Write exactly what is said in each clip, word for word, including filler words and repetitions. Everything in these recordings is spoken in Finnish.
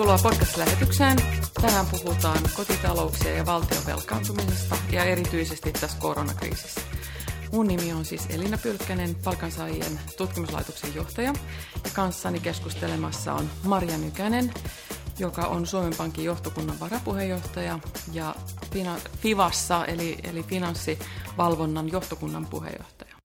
Tervetuloa podcast-lähetykseen. Tänään puhutaan kotitalouksien ja valtion velkaantumisesta ja erityisesti tässä koronakriisissä. Mun nimi on siis Elina Pylkkänen, Palkansaajien tutkimuslaitoksen johtaja. Ja kanssani keskustelemassa on Marja Nykänen, joka on Suomen Pankin johtokunnan varapuheenjohtaja ja Fivassa eli, eli finanssivalvonnan johtokunnan puheenjohtaja.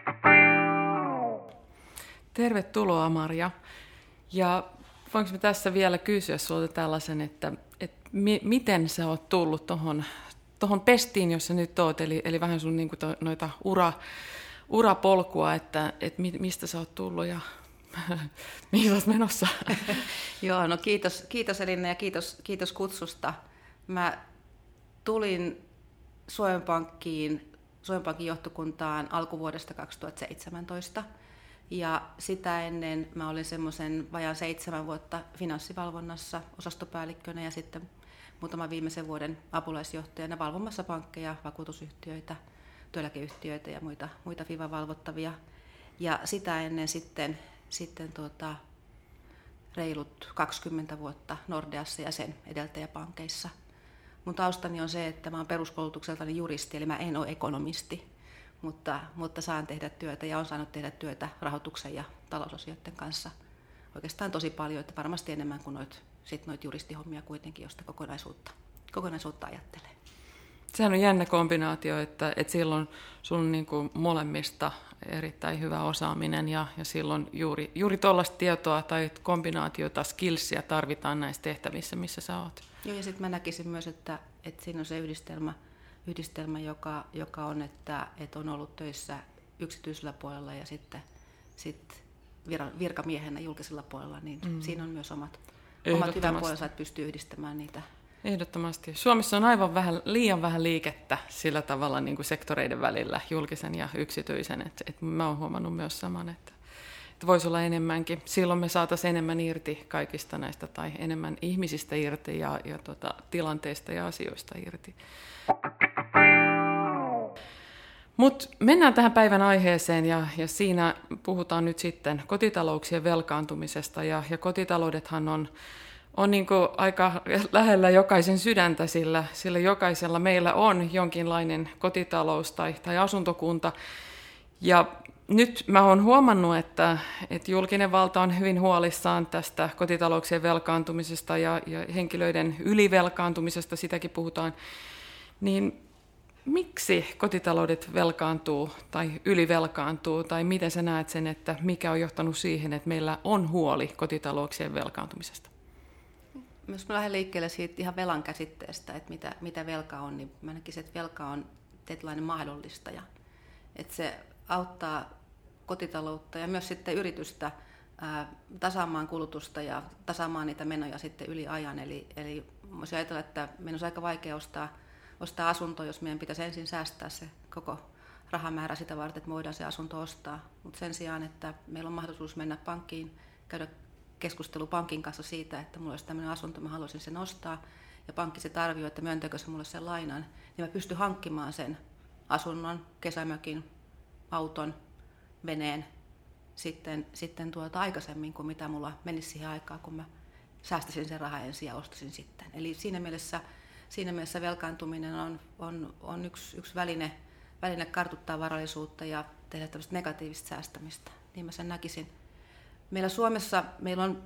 Tervetuloa Marja. Ja voinko me tässä vielä kysyä sinulta tällaisen, että, että mi, miten sä oot tullut tuohon tohon pestiin, jossa nyt oot, eli, eli vähän sun niin kuin to, noita ura, urapolkua, että, että mistä sä oot tullut ja mihin sä oot menossa? Joo, no kiitos, kiitos Elina ja kiitos, kiitos kutsusta. Mä tulin Suomen Pankkiin, Suomen Pankin johtokuntaan alkuvuodesta kaksituhattaseitsemäntoista. Ja sitä ennen mä olin semmoisen vajaan seitsemän vuotta finanssivalvonnassa osastopäällikkönä ja sitten muutaman viimeisen vuoden apulaisjohtajana valvomassa pankkeja, vakuutusyhtiöitä, työeläkeyhtiöitä ja muita, muita Fiva-valvottavia. Ja sitä ennen sitten, sitten tuota, reilut kaksikymmentä vuotta Nordeassa ja sen edeltäjäpankeissa. Mun taustani on se, että mä oon peruskoulutukseltani juristi, eli mä en ole ekonomisti. Mutta, mutta saan tehdä työtä ja olen saanut tehdä työtä rahoituksen ja talousasioiden kanssa oikeastaan tosi paljon, että varmasti enemmän kuin noit, sit noit juristihommia kuitenkin, josta kokonaisuutta, kokonaisuutta ajattelee. Sehän on jännä kombinaatio, että, että silloin sun on niin kuin molemmista erittäin hyvä osaaminen ja, ja silloin juuri, juuri tuollaista tietoa tai kombinaatiota, skillsia tarvitaan näissä tehtävissä, missä sä oot. Joo, ja sitten mä näkisin myös, että, että siinä on se yhdistelmä, yhdistelmä joka, joka on, että, että on ollut töissä yksityisellä puolella ja sitten sit virkamiehenä julkisella puolella, niin mm. siinä on myös omat, omat hyvät puolensa, että pystyy yhdistämään niitä. Ehdottomasti. Suomessa on aivan vähän, liian vähän liikettä sillä tavalla niin kuin sektoreiden välillä, julkisen ja yksityisen. Et, et mä oon huomannut myös saman, että, että voisi olla enemmänkin. Silloin me saataisiin enemmän irti kaikista näistä tai enemmän ihmisistä irti ja, ja tota, tilanteista ja asioista irti. Mutta mennään tähän päivän aiheeseen ja, ja siinä puhutaan nyt sitten kotitalouksien velkaantumisesta ja, ja kotitaloudethan on, on niinku aika lähellä jokaisen sydäntä, sillä, sillä jokaisella meillä on jonkinlainen kotitalous tai, tai asuntokunta. Ja nyt mä oon huomannut, että, että julkinen valta on hyvin huolissaan tästä kotitalouksien velkaantumisesta ja, ja henkilöiden ylivelkaantumisesta, sitäkin puhutaan, niin miksi kotitaloudet velkaantuu tai ylivelkaantuu, tai miten sä näet sen, että mikä on johtanut siihen, että meillä on huoli kotitalouksien velkaantumisesta? Jos mä lähden liikkeelle siitä ihan velan käsitteestä, että mitä, mitä velka on, niin mä näkisin, että velka on tietynlainen mahdollistaja. Että se auttaa kotitaloutta ja myös sitten yritystä ää, tasaamaan kulutusta ja tasaamaan niitä menoja sitten yli ajan. Eli, eli voisi ajatella, että meidän olisi aika vaikea ostaa ostaa asunto, jos meidän pitäisi ensin säästää se koko rahamäärä sitä varten, että me voidaan se asunto ostaa. Mutta sen sijaan, että meillä on mahdollisuus mennä pankkiin, käydä keskustelu pankin kanssa siitä, että mulla olisi tämmöinen asunto, mä haluaisin sen ostaa, ja pankki se arvioi, että myöntääkö se mulle sen lainan, niin mä pystyn hankkimaan sen asunnon, kesämökin, auton, veneen sitten, sitten tuota aikaisemmin kuin mitä mulla menisi siihen aikaan, kun mä säästäisin sen rahan ensin ja ostasin sitten. Eli siinä mielessä Siinä mielessä velkaantuminen on, on, on yksi, yksi väline, väline kartuttaa varallisuutta ja tehdä tämmöistä negatiivista säästämistä. Niin mä sen näkisin. Meillä Suomessa meillä on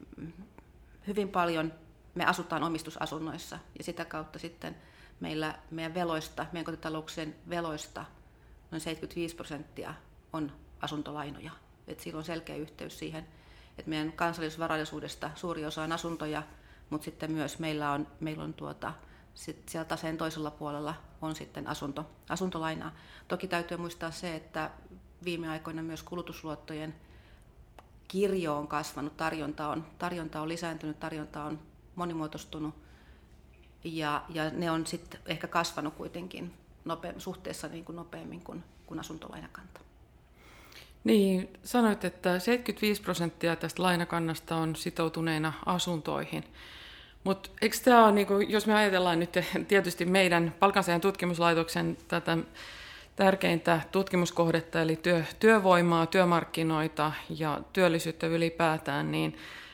hyvin paljon, me asutaan omistusasunnoissa ja sitä kautta sitten meillä meidän veloista, meidän kotitalouksien veloista noin seitsemänkymmentäviisi prosenttia on asuntolainoja. Et sillä on selkeä yhteys siihen, että meidän kansallisvarallisuudesta suuri osa on asuntoja, mutta sitten myös meillä on, meillä on tuota, sitten siellä taseen toisella puolella on sitten asunto, asuntolainaa. Toki täytyy muistaa se, että viime aikoina myös kulutusluottojen kirjo on kasvanut, tarjonta on, tarjonta on lisääntynyt, tarjonta on monimuotoistunut ja, ja ne on sitten ehkä kasvanut kuitenkin nope, suhteessa niin kuin nopeammin kuin, kuin asuntolainakanta. Niin, sanoit, että seitsemänkymmentäviisi prosenttia tästä lainakannasta on sitoutuneena asuntoihin. Mutta eikö tämä ole, niinku, jos me ajatellaan nyt tietysti meidän Palkansaajan tutkimuslaitoksen tätä tärkeintä tutkimuskohdetta, eli työ, työvoimaa, työmarkkinoita ja työllisyyttä ylipäätään, niin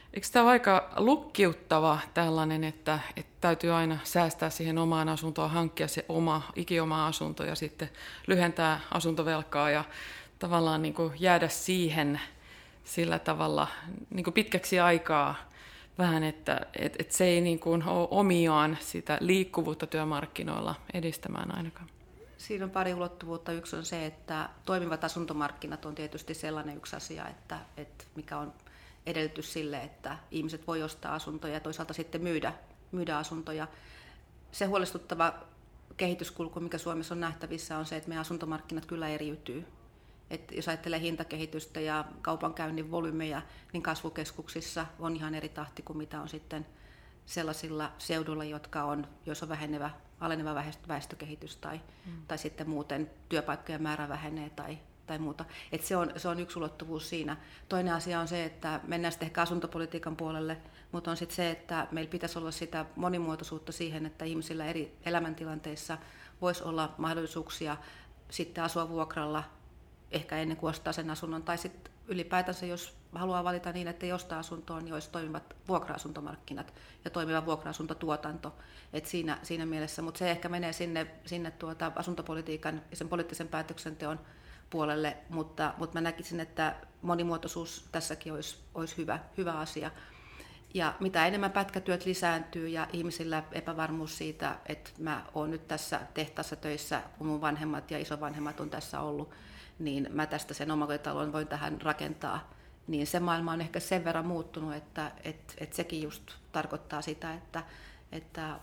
Eikö tämä ole aika lukkiuttava tällainen, että, että täytyy aina säästää siihen omaan asuntoon, hankkia se oma, ikioma asunto ja sitten lyhentää asuntovelkaa ja tavallaan niin kuin jäädä siihen sillä tavalla niin kuin pitkäksi aikaa vähän, että et, et se ei niin kuin ole omiaan sitä liikkuvuutta työmarkkinoilla edistämään ainakaan. Siinä on pari ulottuvuutta. Yksi on se, että toimivat asuntomarkkinat on tietysti sellainen yksi asia, että, että mikä on edellytys sille, että ihmiset voi ostaa asuntoja ja toisaalta sitten myydä, myydä asuntoja. Se huolestuttava kehityskulku, mikä Suomessa on nähtävissä, on se, että meidän asuntomarkkinat kyllä eriytyy. Et jos ajattelee hintakehitystä ja kaupankäynnin volyymeja, niin kasvukeskuksissa on ihan eri tahti kuin mitä on sitten sellaisilla seuduilla, jotka on, jos on vähenevä, aleneva väestökehitys tai, mm. tai sitten muuten työpaikkojen määrä vähenee tai, tai muuta. Et se, on, se on yksi ulottuvuus siinä. Toinen asia on se, että mennään sitten ehkä asuntopolitiikan puolelle, mutta on sitten se, että meillä pitäisi olla sitä monimuotoisuutta siihen, että ihmisillä eri elämäntilanteissa voisi olla mahdollisuuksia sitten asua vuokralla, ehkä ennen kuin ostaa sen asunnon, tai sitten ylipäätänsä, jos haluaa valita niin, että ei ostaa asuntoon, niin olisi toimivat vuokra-asuntomarkkinat ja toimiva vuokra-asuntotuotanto. Et siinä, siinä mielessä, mutta se ehkä menee sinne, sinne tuota asuntopolitiikan ja sen poliittisen päätöksenteon puolelle, mutta, mutta mä näkisin, että monimuotoisuus tässäkin olisi, olisi hyvä, hyvä asia. Ja mitä enemmän pätkätyöt lisääntyy ja ihmisillä epävarmuus siitä, että mä oon nyt tässä tehtaassa töissä, kun mun vanhemmat ja isovanhemmat on tässä ollut, niin mä tästä sen omakotitalon voin tähän rakentaa, niin se maailma on ehkä sen verran muuttunut, että et, et sekin just tarkoittaa sitä, että, että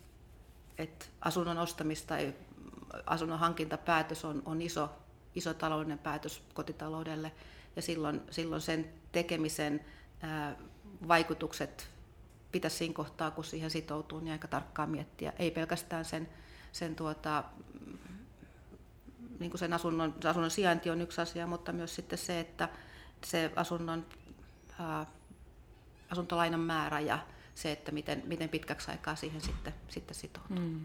et asunnon ostamis- tai asunnon hankintapäätös on, on iso, iso taloudellinen päätös kotitaloudelle, ja silloin, silloin sen tekemisen ää, vaikutukset pitäisi siinä kohtaa, kun siihen sitoutuu, niin aika tarkkaan miettiä. Ei pelkästään sen, sen tuota, niin kuin sen asunnon, asunnon sijainti on yksi asia, mutta myös sitten se, että se asunnon, ää, asuntolainan määrä ja se, että miten, miten pitkäksi aikaa siihen sitten, sitten sitoutuu. Mm.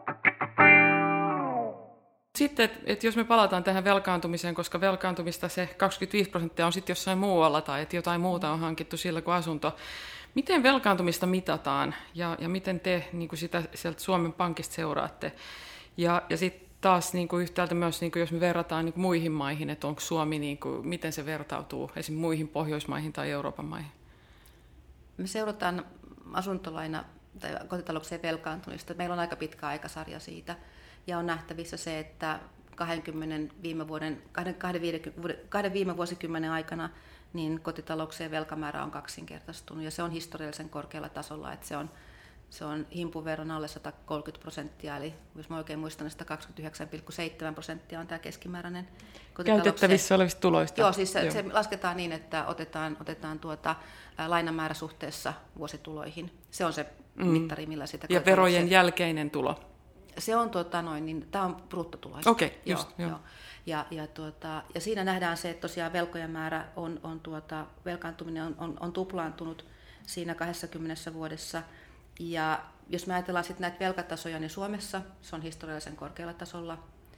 Sitten, että et jos me palataan tähän velkaantumiseen, koska velkaantumista se kaksikymmentäviisi prosenttia on sitten jossain muualla tai että jotain muuta on hankittu sillä kuin asunto. Miten velkaantumista mitataan ja, ja miten te niin kuin sitä sieltä Suomen Pankista seuraatte? Ja, ja sitten taas niin kuin yhtäältä myös, niin kuin jos me verrataan niin kuin muihin maihin, että onko Suomi, niin kuin, miten se vertautuu esimerkiksi muihin Pohjoismaihin tai Euroopan maihin? Me seurataan asuntolaina- tai kotitalouksien velkaantumista. Meillä on aika pitkä aikasarja siitä. Ja on nähtävissä se, että kaksikymmentä viime, vuoden, kahden viime vuosikymmenen aikana niin kotitalouksien velkamäärä on kaksinkertaistunut. Ja se on historiallisen korkealla tasolla, että se on, se on himpun verran alle sata kolmekymmentä prosenttia, eli jos mä oikein muistan, sata kaksikymmentäyhdeksän pilkku seitsemän prosenttia on tämä keskimääräinen käytettävissä olevista tuloista. Joo, siis se, se lasketaan niin, että otetaan, otetaan tuota, ä, lainamäärä suhteessa vuosituloihin. Se on se mm. mittari, millä sitä... Ja verojen jälkeinen tulo. Se on, tuota, noin, niin, tämä on bruttotulo. Okei, okay, just. Joo, joo. Ja, ja, tuota, ja siinä nähdään se, että tosiaan velkojen määrä on, on tuota, velkaantuminen on, on, on tuplaantunut siinä kaksikymmentä vuodessa. Ja jos me ajatellaan sitten näitä velkatasoja, niin Suomessa se on historiallisen korkealla tasolla.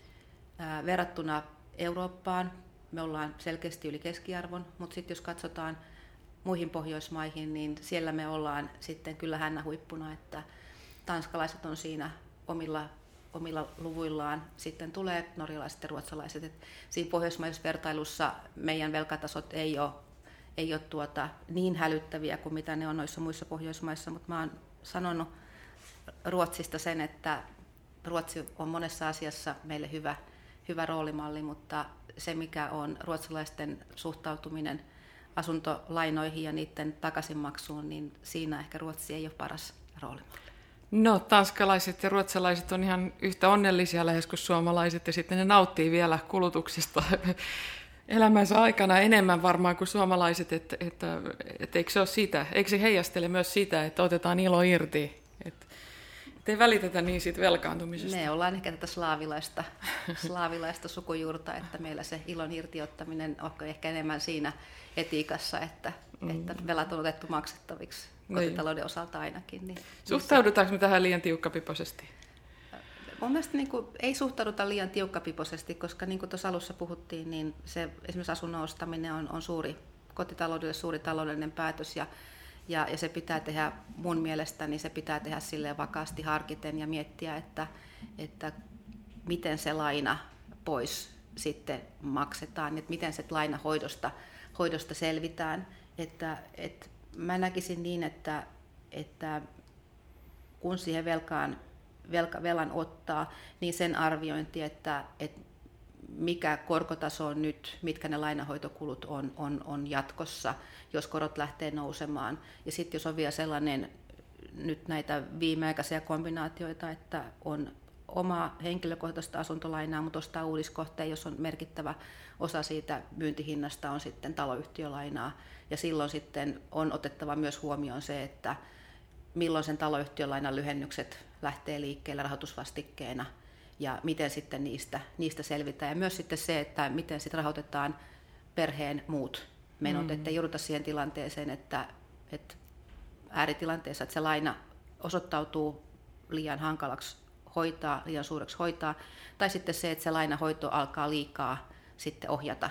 Ää, verrattuna Eurooppaan me ollaan selkeästi yli keskiarvon, mutta sitten jos katsotaan muihin Pohjoismaihin, niin siellä me ollaan sitten kyllä hännähuippuna, että tanskalaiset on siinä omilla, omilla luvuillaan, sitten tulee norjalaiset ja ruotsalaiset. Et siinä pohjoismaisessa vertailussa meidän velkatasot ei ole, ei ole tuota niin hälyttäviä kuin mitä ne on noissa muissa Pohjoismaissa, mutta mä oon sanonut Ruotsista sen, että Ruotsi on monessa asiassa meille hyvä, hyvä roolimalli, mutta se mikä on ruotsalaisten suhtautuminen asuntolainoihin ja niiden takaisinmaksuun, niin siinä ehkä Ruotsi ei ole paras roolimalli. No, tanskalaiset ja ruotsalaiset on ihan yhtä onnellisia lähes kuin suomalaiset, ja sitten ne nauttii vielä kulutuksesta elämänsä aikana enemmän varmaan kuin suomalaiset, että, että, että eikö se ole sitä, eikö se heijastele myös sitä, että otetaan ilo irti, että, että ei välitetä niin siitä velkaantumisesta. Me ollaan ehkä tätä slaavilaista, slaavilaista sukujuurta, että meillä se ilon irtiottaminen on ehkä enemmän siinä etiikassa, että, mm. että velat on otettu maksettaviksi. Kotitalouden osalta ainakin. Niin, Suhtaudutaanko me tähän liian tiukkapipoisesti? Mun mielestä niin kuin, ei suhtauduta liian tiukkapipoisesti, koska niin kuin tuossa alussa puhuttiin, niin se esimerkiksi asunnon ostaminen on, on suuri, kotitaloudelle suuri taloudellinen päätös. Ja, Ja, ja se pitää tehdä, mun mielestä, niin se pitää tehdä silleen vakaasti harkiten ja miettiä, että, että miten se laina pois sitten maksetaan, että miten se lainahoidosta hoidosta selvitään. Että, että mä näkisin niin, että, että kun siihen velkaan, velka, velan ottaa, niin sen arviointi, että, että mikä korkotaso on nyt, mitkä ne lainahoitokulut on, on, on jatkossa, jos korot lähtee nousemaan. Ja sitten jos on vielä sellainen, nyt näitä viimeaikaisia kombinaatioita, että on omaa henkilökohtaista asuntolainaa, mutta ostaa uudiskohteen, jos on merkittävä osa siitä myyntihinnasta on sitten taloyhtiölainaa. Ja silloin sitten on otettava myös huomioon se, että milloin sen taloyhtiölainan lyhennykset lähtee liikkeelle rahoitusvastikkeena ja miten sitten niistä, niistä selvitään. Ja myös sitten se, että miten sitten rahoitetaan perheen muut menot, mm. ettei jouduta siihen tilanteeseen, että, että ääritilanteessa, että se laina osoittautuu liian hankalaksi hoitaa, liian suureksi hoitaa, tai sitten se, että se lainahoito alkaa liikaa sitten ohjata,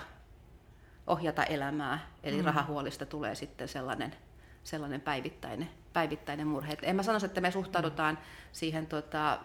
ohjata elämää, eli mm. rahahuolista tulee sitten sellainen, sellainen päivittäinen, päivittäinen murhe. Et en mä sanoisi, että me suhtaudutaan siihen tota,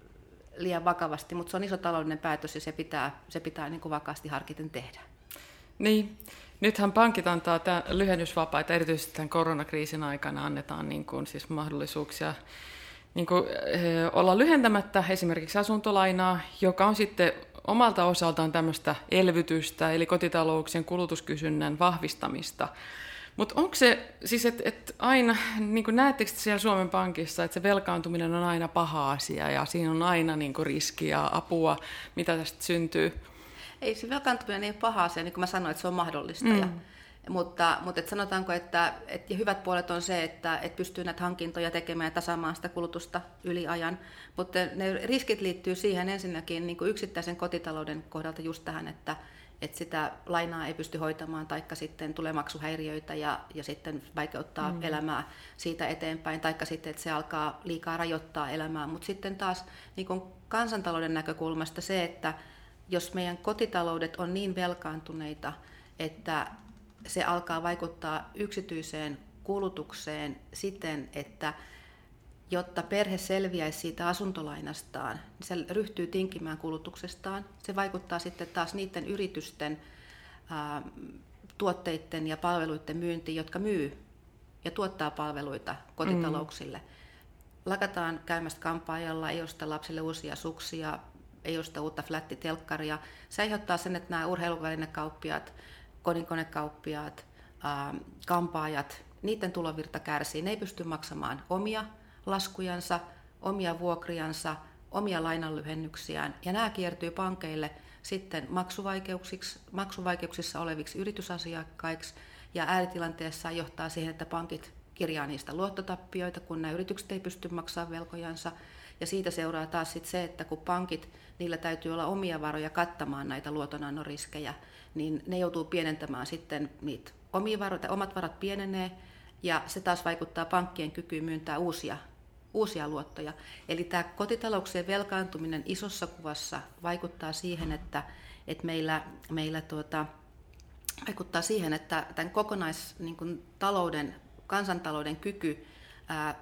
liian vakavasti, mutta se on iso taloudellinen päätös ja se pitää, se pitää niin kuin vakaasti harkiten tehdä. Niin. Nythän pankit antaa lyhennysvapaita, erityisesti tämän koronakriisin aikana annetaan niin kuin, siis mahdollisuuksia niin kuin, eh, olla lyhentämättä esimerkiksi asuntolainaa, joka on sitten omalta osaltaan tämmöistä elvytystä, eli kotitalouksien kulutuskysynnän vahvistamista. Mutta onko se, siis että et aina, niin kuin näettekö siellä Suomen Pankissa, että se velkaantuminen on aina paha asia ja siinä on aina niin kuin riski ja apua, mitä tästä syntyy? Ei, se velkaantuminen ei ole paha asia, niin kuin mä sanoin, että se on mahdollista. Mm. Ja, mutta mutta et sanotaanko, että et, ja hyvät puolet on se, että et pystyy näitä hankintoja tekemään ja tasaamaan sitä kulutusta yli ajan. Mutta ne riskit liittyy siihen ensinnäkin niin kuin yksittäisen kotitalouden kohdalta just tähän, että et sitä lainaa ei pysty hoitamaan, taikka sitten tulee maksuhäiriöitä ja, ja sitten vaikeuttaa mm. elämää siitä eteenpäin, taikka sitten, että se alkaa liikaa rajoittaa elämää. Mutta sitten taas niin kuin kansantalouden näkökulmasta se, että jos meidän kotitaloudet on niin velkaantuneita, että se alkaa vaikuttaa yksityiseen kulutukseen siten, että jotta perhe selviäisi siitä asuntolainastaan, niin se ryhtyy tinkimään kulutuksestaan. Se vaikuttaa sitten taas niiden yritysten ää, tuotteiden ja palveluiden myyntiin, jotka myy ja tuottaa palveluita kotitalouksille. Mm. Lakataan käymästä kampaajalla, ei osta lapsille uusia suksia, ei osta uutta flättitelkkaria. Se aiheuttaa sen, että nämä urheiluvälinekauppiaat, kodinkonekauppiaat, ää, kampaajat, niiden tulovirta kärsii. Ne ei pysty maksamaan omia laskujansa, omia vuokriansa, omia lainanlyhennyksiään. Ja nämä kiertyy pankeille sitten maksuvaikeuksiksi, maksuvaikeuksissa oleviksi yritysasiakkaiksi. Ja ääritilanteessa johtaa siihen, että pankit kirjaa niistä luottotappioita, kun nämä yritykset ei pysty maksamaan velkojansa. Ja siitä seuraa taas sit se, että kun pankit, niillä täytyy olla omia varoja kattamaan näitä luotonannon riskejä, niin ne joutuu pienentämään sitten niitä omia varoja, omat varat pienenee, ja se taas vaikuttaa pankkien kykyyn myöntää uusia, uusia luottoja. Eli tämä kotitalouksien velkaantuminen isossa kuvassa vaikuttaa siihen, että, että meillä, meillä tuota, vaikuttaa siihen, että tämän kokonaistalouden, kansantalouden kyky ää,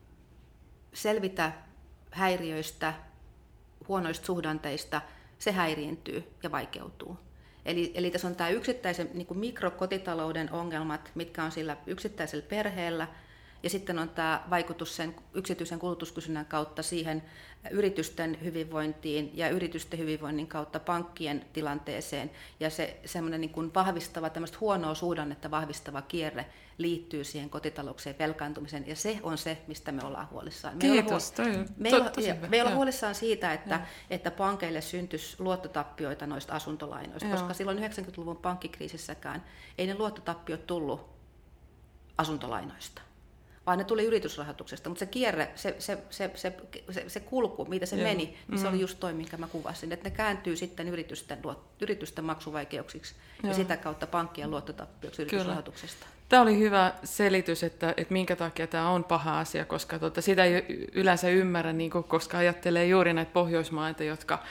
selvitä häiriöistä, huonoista suhdanteista, se häiriintyy ja vaikeutuu. Eli, eli tässä on tämä yksittäisen niin kuin mikrokotitalouden ongelmat, mitkä on sillä yksittäisellä perheellä, ja sitten on tämä vaikutus sen yksityisen kulutuskysynnän kautta siihen yritysten hyvinvointiin ja yritysten hyvinvoinnin kautta pankkien tilanteeseen. Ja se semmoinen niin kuin vahvistava, tämmöistä huonoa suhdannetta vahvistava kierre liittyy siihen kotitalouksien velkaantumiseen. Ja se on se, mistä me ollaan huolissaan. Me Kiitos. Ollaan, me ollaan, me ollaan huolissaan siitä, että, että pankeille syntyisi luottotappioita noista asuntolainoista, Joo. koska silloin yhdeksänkymmentäluvun pankkikriisissäkään ei ne luottotappiot tullut asuntolainoista, vaan ne tuli yritysrahoituksesta, mutta se kierre, se, se, se, se, se, se kulku, mitä se Joo. meni, niin mm. se oli just toi, minkä mä kuvasin, että ne kääntyy sitten yritysten, yritysten maksuvaikeuksiksi Joo. ja sitä kautta pankkien luottotappioksi yritysrahoituksesta. Kyllä. Tämä oli hyvä selitys, että, että minkä takia tämä on paha asia, koska tuota, sitä ei yleensä ymmärrä, niin kuin, koska ajattelee juuri näitä Pohjoismaita, jotka,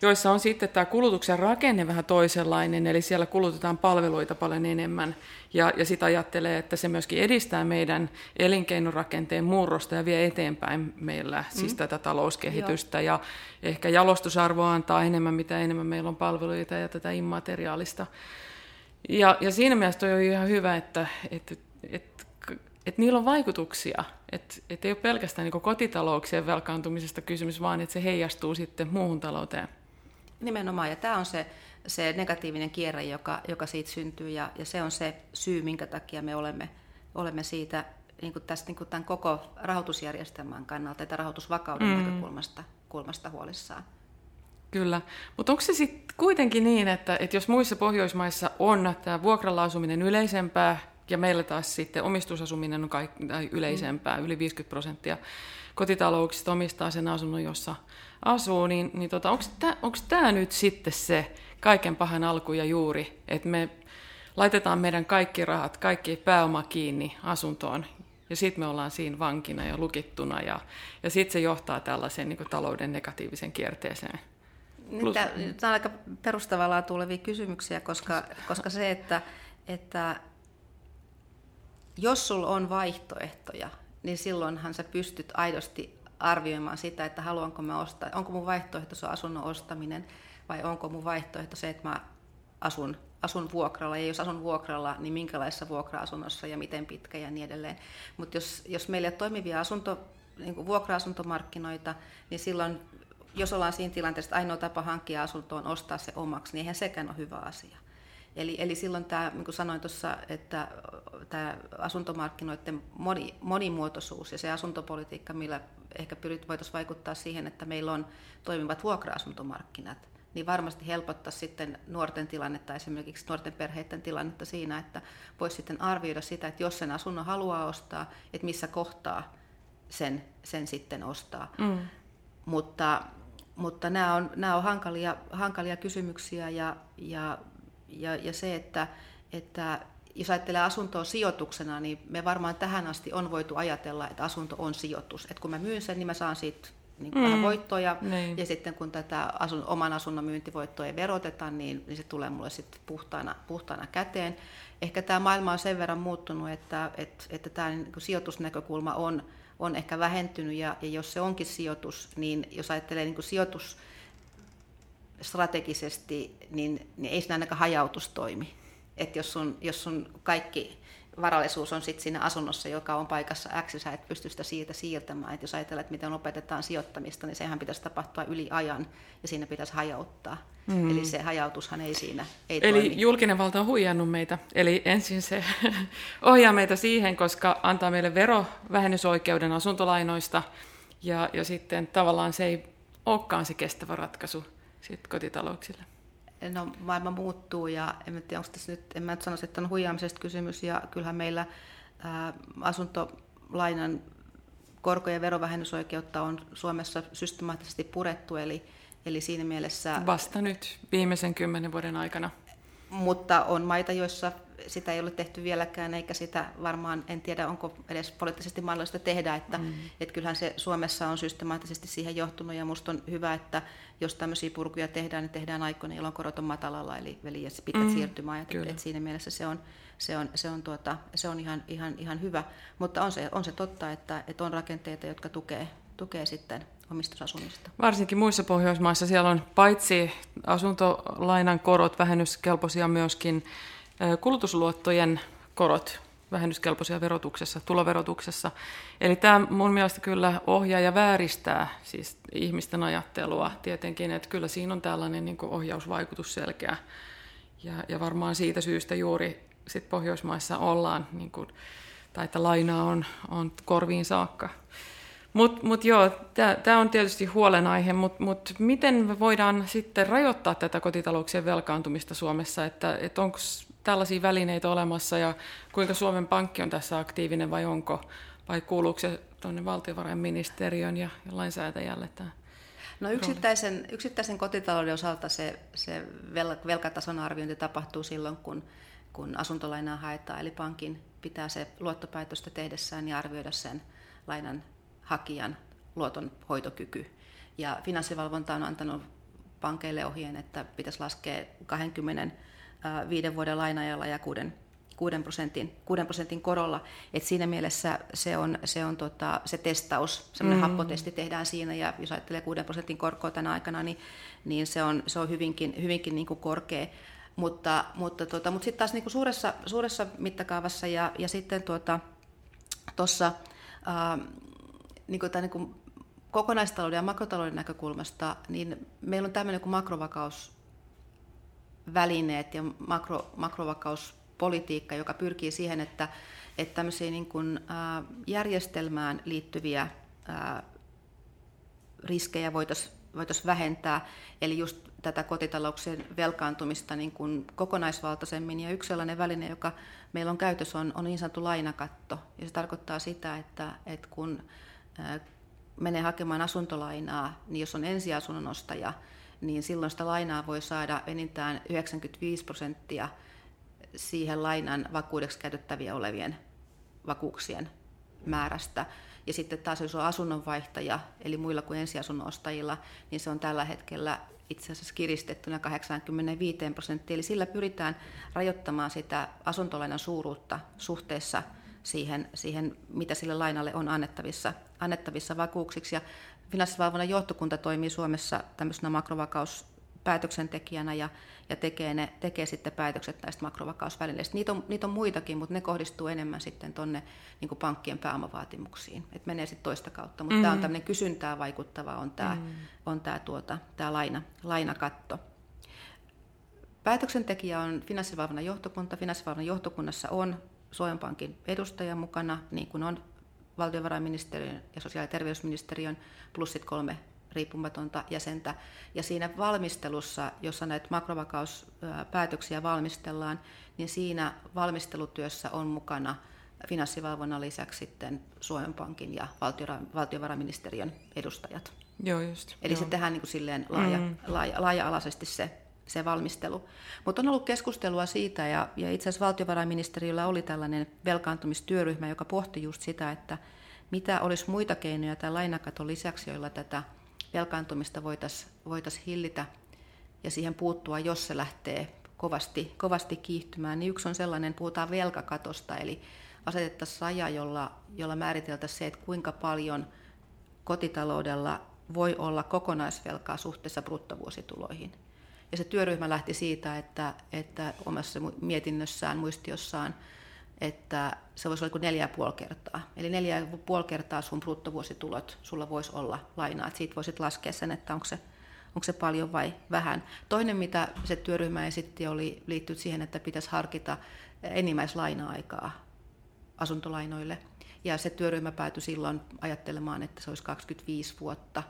joissa on sitten tämä kulutuksen rakenne vähän toisenlainen, eli siellä kulutetaan palveluita paljon enemmän, ja, ja sitä ajattelee, että se myöskin edistää meidän elinkeinorakenteen murrosta ja vie eteenpäin meillä mm. siis tätä talouskehitystä, Joo. ja ehkä jalostusarvoa antaa enemmän, mitä enemmän meillä on palveluita ja tätä immateriaalista. Ja, ja siinä mielessä on ihan hyvä, että, että, että, että niillä on vaikutuksia, että, että ei ole pelkästään niin kotitalouksien velkaantumisesta kysymys, vaan että se heijastuu sitten muuhun talouteen. Nimenomaan, ja tämä on se, se negatiivinen kierre, joka, joka siitä syntyy, ja, ja se on se syy, minkä takia me olemme, olemme siitä niin kuin tästä, niin kuin tämän koko rahoitusjärjestelmän kannalta ja rahoitusvakauden mm. näkökulmasta kulmasta huolissaan. Kyllä, mutta onko se sitten kuitenkin niin, että, että jos muissa Pohjoismaissa on tämä vuokralla asuminen yleisempää, ja meillä taas sitten omistusasuminen on kaik- tai yleisempää, mm. yli viisikymmentä prosenttia kotitalouksista omistaa sen asunnon, jossa asuu, niin, niin tota, onko tämä nyt sitten se kaiken pahan alku ja juuri, että me laitetaan meidän kaikki rahat, kaikki pääoma kiinni asuntoon, ja sitten me ollaan siinä vankina ja lukittuna, ja, ja sitten se johtaa tällaiseen niin kuin talouden negatiivisen kierteeseen. Plus, Tämä on aika perustavaa tulevia kysymyksiä, koska, koska se, että, että jos sulla on vaihtoehtoja, niin silloinhan sä pystyt aidosti arvioimaan sitä, että haluanko mä ostaa, onko mun vaihtoehto se asunnon ostaminen vai onko mun vaihtoehto se, että mä asun, asun vuokralla, ja jos asun vuokralla, niin minkälaisessa vuokra-asunnossa ja miten pitkä ja niin edelleen. Mutta jos, jos meillä ei ole toimivia asunto, niin kuin vuokra-asuntomarkkinoita, niin silloin, jos ollaan siinä tilanteessa, että ainoa tapa hankkia asuntoa on ostaa se omaksi, niin eihän sekään ole hyvä asia. Eli, eli silloin tämä, niin kuin sanoin tuossa, että tämä asuntomarkkinoiden moni, monimuotoisuus ja se asuntopolitiikka, millä ehkä voitaisiin vaikuttaa siihen, että meillä on toimivat vuokra-asuntomarkkinat, niin varmasti helpottaa sitten nuorten tilannetta, esimerkiksi nuorten perheiden tilannetta siinä, että voisi sitten arvioida sitä, että jos sen asunnon haluaa ostaa, että missä kohtaa sen, sen sitten ostaa. Mm. Mutta, mutta nämä on, nämä on hankalia, hankalia kysymyksiä, ja, ja, ja, ja se, että, että jos ajattelee asuntoa sijoituksena, niin me varmaan tähän asti on voitu ajatella, että asunto on sijoitus. Että kun mä myyn sen, niin mä saan siitä niin mm. vähän voittoja, niin. Ja sitten kun tätä asun, oman asunnon myyntivoittoa ei veroteta, niin, niin se tulee mulle sitten puhtaana, puhtaana käteen. Ehkä tämä maailma on sen verran muuttunut, että, että, että tämä niin kuin sijoitusnäkökulma on, on ehkä vähentynyt, ja, ja jos se onkin sijoitus, niin jos ajattelee niin kuin sijoitus strategisesti, niin, niin ei siinä ainakaan hajautus toimi. Että jos sun, jos sun kaikki varallisuus on sit siinä asunnossa, joka on paikassa X, sä et pysty sitä siitä siirtämään. Et jos ajatellaan, että miten opetetaan sijoittamista, niin sehän pitäisi tapahtua yli ajan, ja siinä pitäisi hajauttaa. Mm. Eli se hajautushan ei siinä ei Eli toimi. Julkinen valta on huijannut meitä. Eli ensin se ohjaa meitä siihen, koska antaa meille verovähennysoikeuden asuntolainoista, ja, ja sitten tavallaan se ei olekaan se kestävä ratkaisu sit kotitalouksille. No, maailma muuttuu, ja en tiedä, onko tässä nyt, en mä nyt sanoisi, että on huijaamisesta kysymys, ja kyllähän meillä ää, asuntolainan korko- ja verovähennysoikeutta on Suomessa systemaattisesti purettu, eli, eli siinä mielessä... Vasta nyt, viimeisen kymmenen vuoden aikana. Mutta on maita, joissa sitä ei ole tehty vieläkään, eikä sitä varmaan, en tiedä, onko edes poliittisesti mahdollista tehdä, että mm. et kyllähän se Suomessa on systemaattisesti siihen johtunut, ja musta on hyvä, että jos tämmöisiä purkuja tehdään, niin tehdään aikoina, jolloin korot on matalalla, eli, eli pitkät mm. siirtymäajat, että et siinä mielessä se on, se on, se on, tuota, se on ihan, ihan, ihan hyvä, mutta on se, on se totta, että, että on rakenteita, jotka tukee, tukee sitten omistusasumista. Varsinkin muissa Pohjoismaissa siellä on paitsi asuntolainan korot vähennyskelpoisia, myöskin kulutusluottojen korot vähennyskelpoisia verotuksessa, tuloverotuksessa. Eli tämä mun mielestä kyllä ohjaa ja vääristää siis ihmisten ajattelua tietenkin, että kyllä siinä on tällainen niin kuin ohjausvaikutus selkeä. Ja, ja varmaan siitä syystä juuri sit Pohjoismaissa ollaan, niin kuin, tai että lainaa on, on korviin saakka. Mutta mut joo, tämä on tietysti huolenaihe, mutta mut miten me voidaan sitten rajoittaa tätä kotitalouksien velkaantumista Suomessa, että et onko tällaisia välineitä olemassa, ja kuinka Suomen Pankki on tässä aktiivinen vai onko, vai kuuluuko se tuonne valtiovarainministeriön ja, ja lainsäätäjälle tämä? No yksittäisen, yksittäisen kotitalouden osalta se, se vel, velkatason arviointi tapahtuu silloin, kun, kun asuntolainaa haetaan, eli pankin pitää se luottopäätöstä tehdessään ja arvioida sen lainan hakijan luotonhoitokyky. Ja Finanssivalvonta on antanut pankeille ohjeen, että pitäisi laskea kaksikymmentäviiden vuoden lainajalla ja kuuden prosentin, kuuden prosentin korolla. Et siinä mielessä se on se, on tota, se testaus, semmoinen mm. happotesti tehdään siinä, ja jos ajattelee kuuden prosentin korkoa tänä aikana, niin, niin se on, se on hyvinkin, hyvinkin niin kuin korkea. Mutta, mutta, tota, mutta sitten taas niin kuin suuressa, suuressa mittakaavassa ja, ja sitten tuossa tota, niin niin kokonaistalouden ja makrotalouden näkökulmasta, niin meillä on tämmöinen kuin makrovakausvälineet ja makro, makrovakauspolitiikka, joka pyrkii siihen, että, että tämmöisiä niin kuin, ä, järjestelmään liittyviä ä, riskejä voitaisiin voitaisiin vähentää, eli just tätä kotitalouksien velkaantumista niin kuin kokonaisvaltaisemmin. Ja yksi sellainen väline, joka meillä on käytössä, on, on niin sanottu lainakatto. Ja se tarkoittaa sitä, että, että kun ä, menee hakemaan asuntolainaa, niin jos on ensiasunnon ostaja, niin silloin sitä lainaa voi saada enintään yhdeksänkymmentäviisi prosenttia siihen lainan vakuudeksi käytettäviä olevien vakuuksien määrästä. Ja sitten taas jos on asunnonvaihtaja, eli muilla kuin ensiasunnon ostajilla, niin se on tällä hetkellä itse asiassa kiristettynä kahdeksankymmentäviisi prosenttia. Eli sillä pyritään rajoittamaan sitä asuntolainan suuruutta suhteessa siihen, siihen mitä sille lainalle on annettavissa, annettavissa vakuuksiksi. Ja Finanssivalvonnan johtokunta toimii Suomessa tämmöisenä makrovakauspäätöksentekijänä ja, ja tekee, ne, tekee sitten päätökset näistä makrovakausvälineistä. Niitä on, niitä on muitakin, mutta ne kohdistuu enemmän sitten tuonne niin kuin pankkien pääomavaatimuksiin. Et menee sitten toista kautta, mutta mm. tämä on tämmöinen kysyntää vaikuttava on tämä, mm. on tämä, tuota, tämä laina, lainakatto. Päätöksentekijä on Finanssivalvonnan johtokunta. Finanssivalvonnan johtokunnassa on Suomen Pankin edustaja mukana, niin kuin on valtiovarainministeriön ja sosiaali- ja terveysministeriön, plus sit kolme riippumatonta jäsentä. Ja siinä valmistelussa, jossa näitä makrovakauspäätöksiä valmistellaan, niin siinä valmistelutyössä on mukana Finanssivalvonnan lisäksi sitten Suomen Pankin ja valtiovarainministeriön edustajat. Joo, just. Eli joo. se tehdään niin kuin silleen laaja, mm. laaja, laaja-alaisesti se, se valmistelu. Mutta on ollut keskustelua siitä, ja, ja itse asiassa valtiovarainministeriöllä oli tällainen velkaantumistyöryhmä, joka pohti just sitä, että mitä olisi muita keinoja tämän lainakaton lisäksi, joilla tätä velkaantumista voitaisiin voitais hillitä ja siihen puuttua, jos se lähtee kovasti, kovasti kiihtymään. Niin yksi on sellainen, puhutaan velkakatosta, eli asetettaisiin raja, jolla, jolla määriteltäisiin se, että kuinka paljon kotitaloudella voi olla kokonaisvelkaa suhteessa bruttovuosituloihin. Ja se työryhmä lähti siitä, että, että omassa mietinnössään, muistiossaan, että se voisi olla kuin neljä ja puoli kertaa. Eli neljä ja puoli kertaa sun bruttovuositulot sulla voisi olla lainaa. Että siitä voisit laskea sen, että onko se, onko se paljon vai vähän. Toinen, mitä se työryhmä esitti, oli liittynyt siihen, että pitäisi harkita enimmäislaina-aikaa asuntolainoille. Ja se työryhmä päätyi silloin ajattelemaan, että se olisi kaksikymmentäviisi vuotta.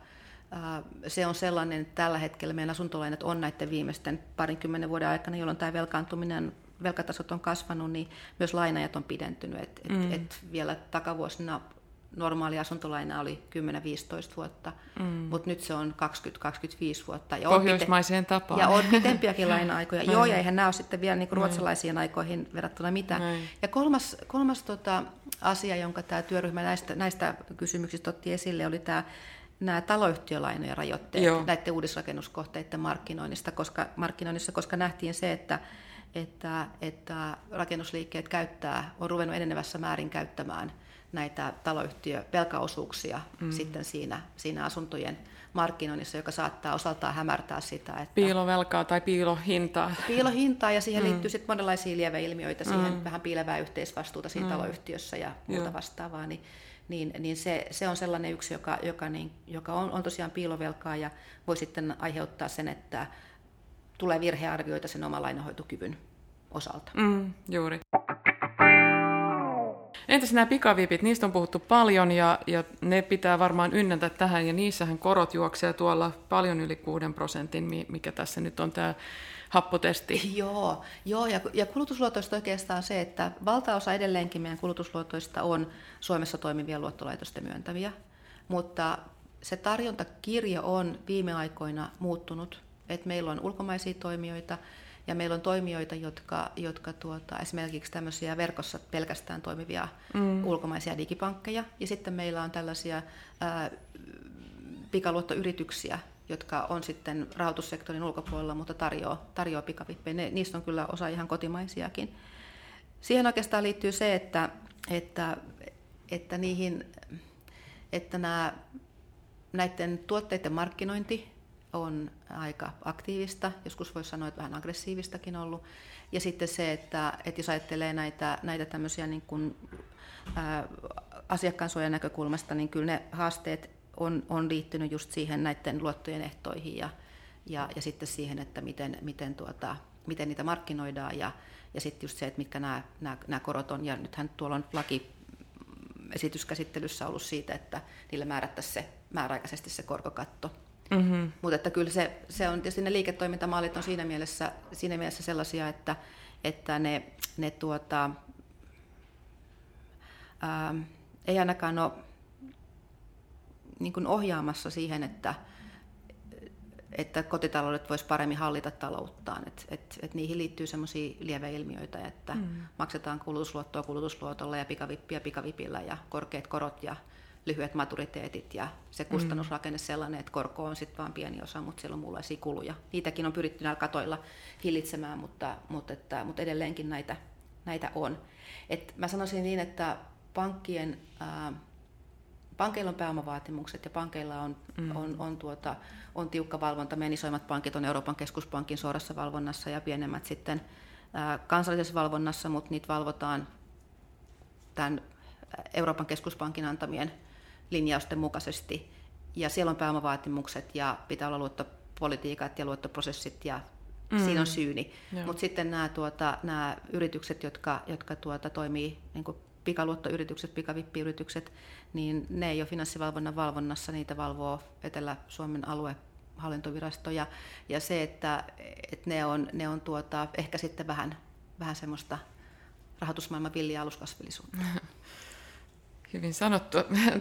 Se on sellainen, että tällä hetkellä meidän asuntolainat on näiden viimeisten parinkymmenen vuoden aikana, jolloin tämä velkaantuminen, velkatasot on kasvanut, niin myös lainajat on pidentynyt. Et, mm. et, et vielä takavuosina normaali asuntolaina oli kymmenen viisitoista vuotta, mm. mutta nyt se on kaksikymmentä kaksikymmentäviisi vuotta. Ja pohjoismaiseen tapaan. Ja on pitempiäkin laina-aikoja. Joo, ja eihän nämä ole sitten vielä niinku ruotsalaisiin aikoihin verrattuna mitään. Näin. Ja kolmas, kolmas tota, asia, jonka tämä työryhmä näistä, näistä kysymyksistä otti esille, oli tämä nämä taloyhtiölainojen rajoitteet Joo. näiden uudisrakennuskohteiden markkinoinnista, koska, markkinoinnissa, koska nähtiin se, että, että, että rakennusliikkeet käyttää, on ruvennut enenevässä määrin käyttämään näitä taloyhtiövelkaosuuksia mm. sitten siinä, siinä asuntojen markkinoinnissa, joka saattaa osaltaan hämärtää sitä. Että piilovelkaa tai piilohintaa. Piilohintaa, ja siihen mm. liittyy sitten monenlaisia lieveilmiöitä, siihen mm. vähän piilevää yhteisvastuuta siinä mm. taloyhtiössä ja muuta Joo. vastaavaa. Niin, niin, niin se, se on sellainen yksi, joka, joka, niin, joka on, on tosiaan piilovelkaa ja voi sitten aiheuttaa sen, että tulee virhearvioita sen oman lainanhoitokyvyn osalta. Mm, juuri. Entäs nämä pikavipit, niistä on puhuttu paljon ja, ja ne pitää varmaan ynnätä tähän ja niissähän korot juoksee tuolla paljon yli kuuden prosentin, mikä tässä nyt on tämä happotesti. Joo, joo ja, ja kulutusluotoista oikeastaan se, että valtaosa edelleenkin meidän kulutusluotoista on Suomessa toimivia luottolaitosten myöntäviä, mutta se tarjontakirjo on viime aikoina muuttunut, että meillä on ulkomaisia toimijoita, ja meillä on toimijoita, jotka, jotka tuota, esimerkiksi tämmöisiä verkossa pelkästään toimivia mm. ulkomaisia digipankkeja. Ja sitten meillä on tällaisia ää, pikaluottoyrityksiä, jotka on sitten rahoitussektorin ulkopuolella, mutta tarjoaa, tarjoaa pikavippejä. Ne, niistä on kyllä osa ihan kotimaisiakin. Siihen oikeastaan liittyy se, että, että, että, niihin, että nämä, näiden tuotteiden markkinointi on aika aktiivista, joskus voisi sanoa, että vähän aggressiivistakin ollut. Ja sitten se, että, että jos ajattelee näitä, näitä tämmöisiä niin kuin, ää, asiakkaansuojan näkökulmasta, niin kyllä ne haasteet on, on liittynyt just siihen näiden luottojen ehtoihin ja, ja, ja sitten siihen, että miten, miten, tuota, miten niitä markkinoidaan ja, ja sitten just se, että mitkä nämä, nämä, nämä korot on. Ja nythän tuolla on lakiesityskäsittelyssä ollut siitä, että niille määrättäisiin se, määräaikaisesti se korkokatto. Mm-hmm. Mutta että kyllä se, se on tietysti ne liiketoimintamallit on siinä mielessä, siinä mielessä sellaisia, että, että ne, ne tuota, ää, ei ainakaan ole niin kuin ohjaamassa siihen, että, että kotitaloudet vois paremmin hallita talouttaan. Et, et, et niihin liittyy semmoisia lieveilmiöitä, että mm. maksetaan kulutusluottoa kulutusluotolla ja pikavippiä pikavipillä ja korkeat korot ja lyhyet maturiteetit ja se kustannusrakenne sellainen, että korko on sitten vain pieni osa, mutta siellä on muunlaisia kuluja. Niitäkin on pyritty näillä katoilla hillitsemään, mutta, mutta, että, mutta edelleenkin näitä, näitä on. Et mä sanoisin niin, että pankkien, ää, pankeilla on pääomavaatimukset ja pankeilla on, mm. on, on, tuota, on tiukka valvonta. Meidän isoimmat pankit on Euroopan keskuspankin suorassa valvonnassa ja pienemmät sitten ää, kansallisessa valvonnassa, mutta niitä valvotaan tämän Euroopan keskuspankin antamien linjausten mukaisesti, ja siellä on pääomavaatimukset ja pitää olla luottopolitiikat ja luottoprosessit ja mm. siinä on syyni. Mutta sitten nämä, tuota, nämä yritykset, jotka, jotka tuota, toimii niin kuin pikaluottoyritykset, pikavippiyritykset, niin ne ei ole finanssivalvonnan valvonnassa, niitä valvoo Etelä-Suomen aluehallintovirasto ja, ja se, että, että ne on, ne on tuota, ehkä sitten vähän, vähän semmoista rahoitusmaailman villiä aluskasvillisuutta. Hyvin sanottu.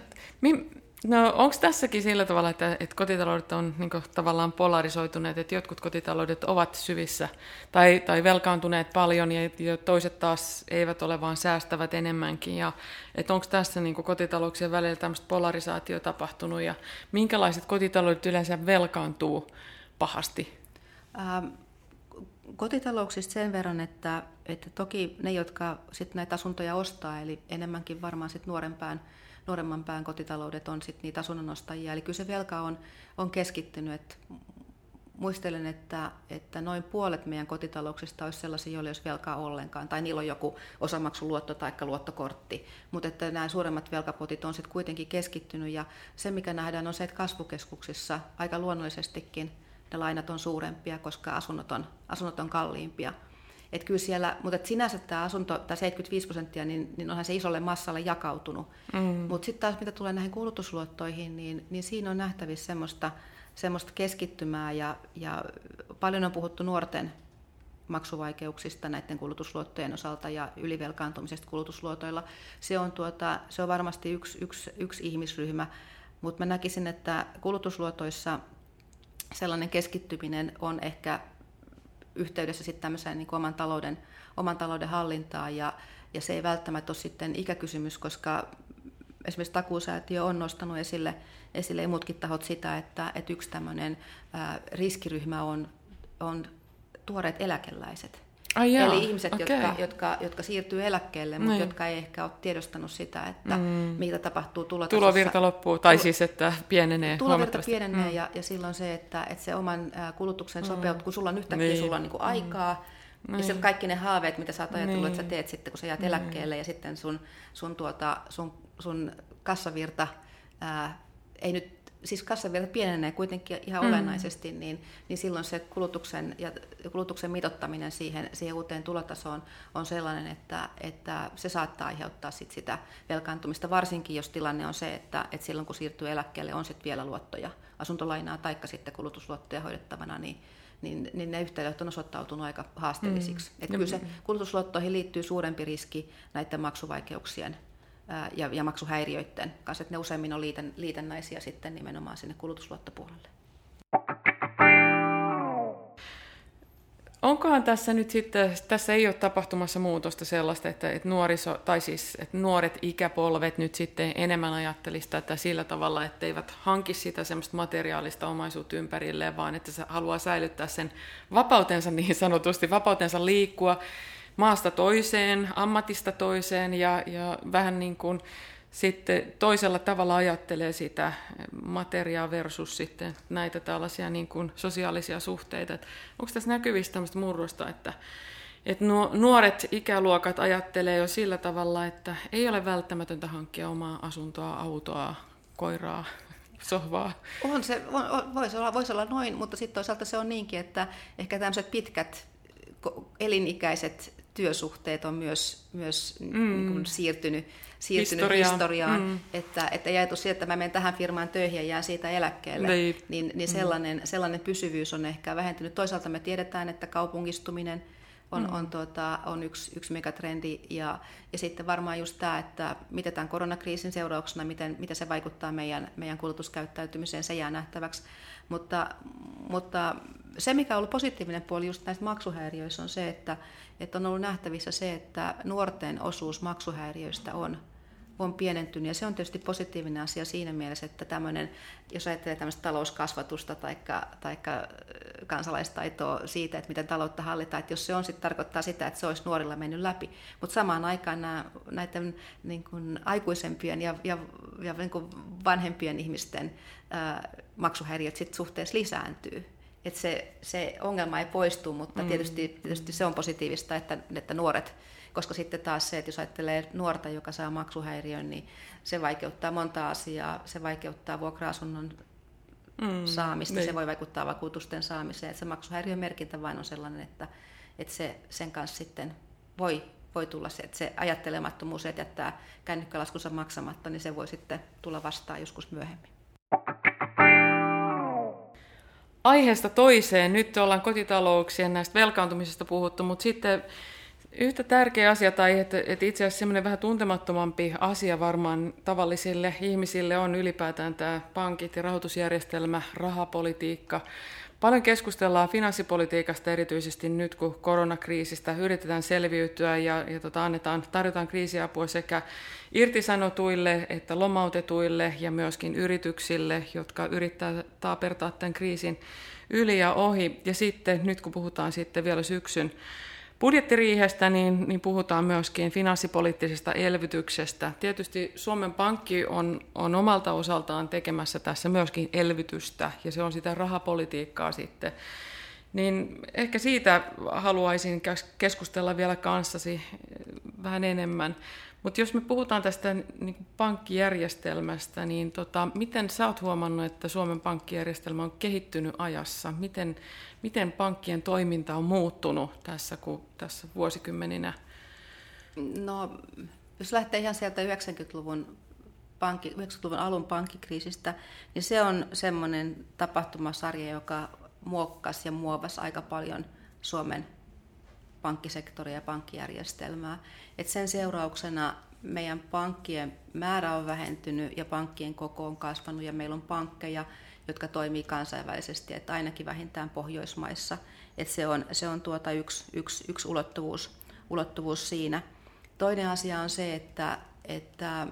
No, onko tässäkin sillä tavalla, että, että kotitaloudet on niin kuin, tavallaan polarisoituneet, että jotkut kotitaloudet ovat syvissä tai, tai velkaantuneet paljon ja, ja toiset taas eivät ole, vaan säästävät enemmänkin. Ja, että onko tässä niin kuin, kotitalouksien välillä tämmöistä polarisaatio tapahtunut ja minkälaiset kotitaloudet yleensä velkaantuu pahasti? Ähm. Kotitalouksista sen verran, että, että toki ne, jotka sit näitä asuntoja ostaa, eli enemmänkin varmaan sit nuorempään, nuoremman pään kotitaloudet on sit niitä asunnonostajia. Eli kyllä se velka on, on keskittynyt. Et muistelen, että, että noin puolet meidän kotitalouksista olisi sellaisia, joilla ei olisi velkaa ollenkaan, tai niillä on joku osamaksuluotto tai luottokortti. Mutta että nämä suuremmat velkapotit on sitten kuitenkin keskittynyt, ja se mikä nähdään on se, että kasvukeskuksissa aika luonnollisestikin ne lainat on suurempia, koska asunnot on, asunnot on kalliimpia. Et kyllä siellä, mutta et sinänsä tämä asunto, tämä seitsemänkymmentäviisi prosenttia, niin, niin onhan se isolle massalle jakautunut. Mm. Mutta sitten taas mitä tulee näihin kulutusluottoihin, niin, niin siinä on nähtävissä semmoista, semmoista keskittymää ja, ja paljon on puhuttu nuorten maksuvaikeuksista näiden kulutusluottojen osalta ja ylivelkaantumisesta kulutusluotoilla. Se on, tuota, se on varmasti yksi, yksi, yksi ihmisryhmä, mutta mä näkisin, että kulutusluotoissa sellainen keskittyminen on ehkä yhteydessä sitten tämmöiseen niin kuin oman talouden, oman talouden hallintaan ja, ja se ei välttämättä ole sitten ikäkysymys, koska esimerkiksi takuusäätiö on nostanut esille, esille ja muutkin tahot sitä, että, että yksi tämmöinen ää, riskiryhmä on, on tuoreet eläkeläiset. Ai jaa, eli ihmiset, okay. jotka, jotka, jotka siirtyy eläkkeelle, mutta jotka ei ehkä ole tiedostanut sitä, että mm. mitä tapahtuu tulotasossa. Tulovirta loppuu, tai siis että pienenee Tulovirta huomattavasti. pienenee mm. ja, ja silloin se, että, että se oman kulutuksen sopeut, kun sulla on yhtäkkiä niin. sulla on niin kuin aikaa, niin. ja sitten kaikki ne haaveet, mitä sä oot ajatellut, niin. että sä teet sitten, kun sä jäät niin. eläkkeelle, ja sitten sun, sun, tuota, sun, sun kassavirta, ää, ei nyt siis kassavirta pienenee kuitenkin ihan mm. olennaisesti, niin, niin silloin se kulutuksen, ja kulutuksen mitottaminen siihen, siihen uuteen tulotasoon on sellainen, että, että se saattaa aiheuttaa sit sitä velkaantumista, varsinkin jos tilanne on se, että, että silloin kun siirtyy eläkkeelle on sitten vielä luottoja, asuntolainaa tai sitten kulutusluottoja hoidettavana, niin, niin, niin ne yhteydet on osoittautunut aika haasteellisiksi. Mm. Että kyllä se kulutusluottoihin liittyy suurempi riski näiden maksuvaikeuksien Ja, ja maksuhäiriöiden kanssa, että ne useimmin on liitän, liitännäisiä sitten nimenomaan sinne kulutusluottopuolelle. onkohan tässä nyt sitten, tässä ei ole tapahtumassa muutosta sellaista, että, että, nuoriso, tai siis, että nuoret ikäpolvet nyt sitten enemmän ajattelisi tätä sillä tavalla, että eivät hanki sitä semmoista materiaalista omaisuutta ympärilleen, vaan että se haluaa säilyttää sen vapautensa niin sanotusti, vapautensa liikkua maasta toiseen, ammatista toiseen ja, ja vähän niin kuin sitten toisella tavalla ajattelee sitä materiaa versus sitten näitä tällaisia niin kuin sosiaalisia suhteita. Et onko tässä näkyvissä tämmöistä murrosta, että, että nuoret ikäluokat ajattelee jo sillä tavalla, että ei ole välttämätöntä hankkia omaa asuntoa, autoa, koiraa, sohvaa? On se, on, voisi, olla, voisi olla noin, mutta sitten toisaalta se on niinkin, että ehkä tämmöiset pitkät elinikäiset työsuhteet on myös, myös mm. niin kuin siirtynyt, siirtynyt Historia. historiaan, mm. että, että ei ajatus siitä, että mä menen tähän firmaan töihin ja jään siitä eläkkeelle, Leip. niin, niin sellainen, mm. sellainen pysyvyys on ehkä vähentynyt. Toisaalta me tiedetään, että kaupungistuminen on, mm. on, tuota, on yksi, yksi megatrendi ja, ja sitten varmaan just tämä, että miten tämän koronakriisin seurauksena, miten, miten se vaikuttaa meidän, meidän kulutuskäyttäytymiseen, se jää nähtäväksi, mutta, mutta se, mikä on ollut positiivinen puoli just näistä maksuhäiriöissä on se, että, että on ollut nähtävissä se, että nuorten osuus maksuhäiriöistä on, on pienentynyt. Ja se on tietysti positiivinen asia siinä mielessä, että tämmöinen, jos ajattelee tämmöistä talouskasvatusta tai kansalaistaitoa siitä, että miten taloutta hallitaan, että jos se on, sitten tarkoittaa sitä, että se olisi nuorilla mennyt läpi. Mutta samaan aikaan nämä, näiden niin kuin aikuisempien ja, ja, ja niin kuin vanhempien ihmisten ää, maksuhäiriöt sit suhteessa lisääntyy. Että se, se ongelma ei poistu, mutta tietysti, tietysti se on positiivista, että, että nuoret, koska sitten taas se, että jos ajattelee nuorta, joka saa maksuhäiriön, niin se vaikeuttaa monta asiaa. Se vaikeuttaa vuokra-asunnon mm, saamista, niin. Se voi vaikuttaa vakuutusten saamiseen. Että se maksuhäiriön merkintä vain on sellainen, että, että se, sen kanssa sitten voi, voi tulla se, että se ajattelemattomuus, että jättää kännykkälaskunsa maksamatta, niin se voi sitten tulla vastaan joskus myöhemmin. Aiheesta toiseen. Nyt ollaan kotitalouksien näistä velkaantumisesta puhuttu, mutta sitten yhtä tärkeä asia, tai että, että itse asiassa semmoinen vähän tuntemattomampi asia varmaan tavallisille ihmisille on ylipäätään tämä pankit ja rahoitusjärjestelmä, rahapolitiikka. Paljon keskustellaan finanssipolitiikasta erityisesti nyt, kun koronakriisistä yritetään selviytyä ja, ja tota, annetaan, tarjotaan kriisiapua sekä irtisanotuille että lomautetuille ja myöskin yrityksille, jotka yrittää taapertaa tämän kriisin yli ja ohi. Ja sitten nyt kun puhutaan sitten vielä syksyn budjettiriihestä, niin, niin puhutaan myöskin finanssipoliittisesta elvytyksestä. Tietysti Suomen Pankki on, on omalta osaltaan tekemässä tässä myöskin elvytystä, ja se on sitä rahapolitiikkaa sitten. Niin ehkä siitä haluaisin keskustella vielä kanssasi vähän enemmän. Mutta jos me puhutaan tästä niin pankkijärjestelmästä, niin tota, miten sä oot huomannut, että Suomen pankkijärjestelmä on kehittynyt ajassa? Miten, miten pankkien toiminta on muuttunut tässä, kun, tässä vuosikymmeninä? No, jos lähtee ihan sieltä yhdeksänkymmentäluvun, pankki, yhdeksänkymmentäluvun alun pankkikriisistä, niin se on semmoinen tapahtumasarja, joka muokkasi ja muovasi aika paljon Suomen pankkisektoria ja pankkijärjestelmää. Et sen seurauksena meidän pankkien määrä on vähentynyt ja pankkien koko on kasvanut ja meillä on pankkeja, jotka toimii kansainvälisesti, että ainakin vähintään Pohjoismaissa. Et se on, se on tuota yksi, yksi, yksi ulottuvuus, ulottuvuus siinä. Toinen asia on se, että, että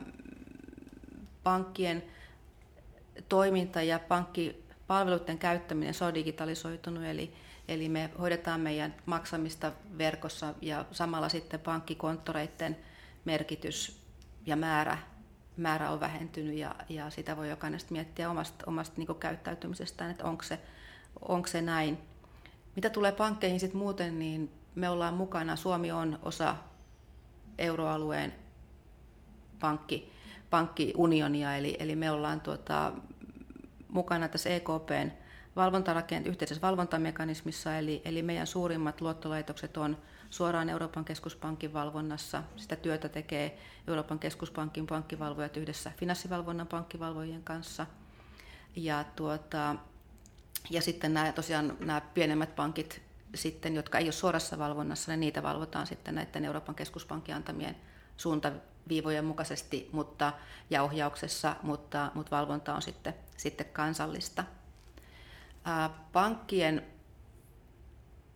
pankkien toiminta ja pankkipalveluiden käyttäminen se on digitalisoitunut, eli Eli me hoidetaan meidän maksamista verkossa ja samalla sitten pankkikonttoreiden merkitys ja määrä, määrä on vähentynyt ja, ja sitä voi jokainen miettiä omasta, omasta niin kuin käyttäytymisestään, että onko se, onko se näin. Mitä tulee pankkeihin sitten muuten, niin me ollaan mukana, Suomi on osa euroalueen pankki, pankkiunionia, eli, eli me ollaan tuota, mukana tässä E K P:n valvontarakent, yhteisessä valvontamekanismissa, eli, eli meidän suurimmat luottolaitokset on suoraan Euroopan keskuspankin valvonnassa. Sitä työtä tekee Euroopan keskuspankin pankkivalvojat yhdessä finanssivalvonnan pankkivalvojien kanssa. Ja, tuota, ja sitten nämä, tosiaan nämä pienemmät pankit, sitten, jotka ei ole suorassa valvonnassa, niin niitä valvotaan sitten näiden Euroopan keskuspankin antamien suuntaviivojen mukaisesti mutta, ja ohjauksessa, mutta, mutta valvonta on sitten, sitten kansallista. Pankkien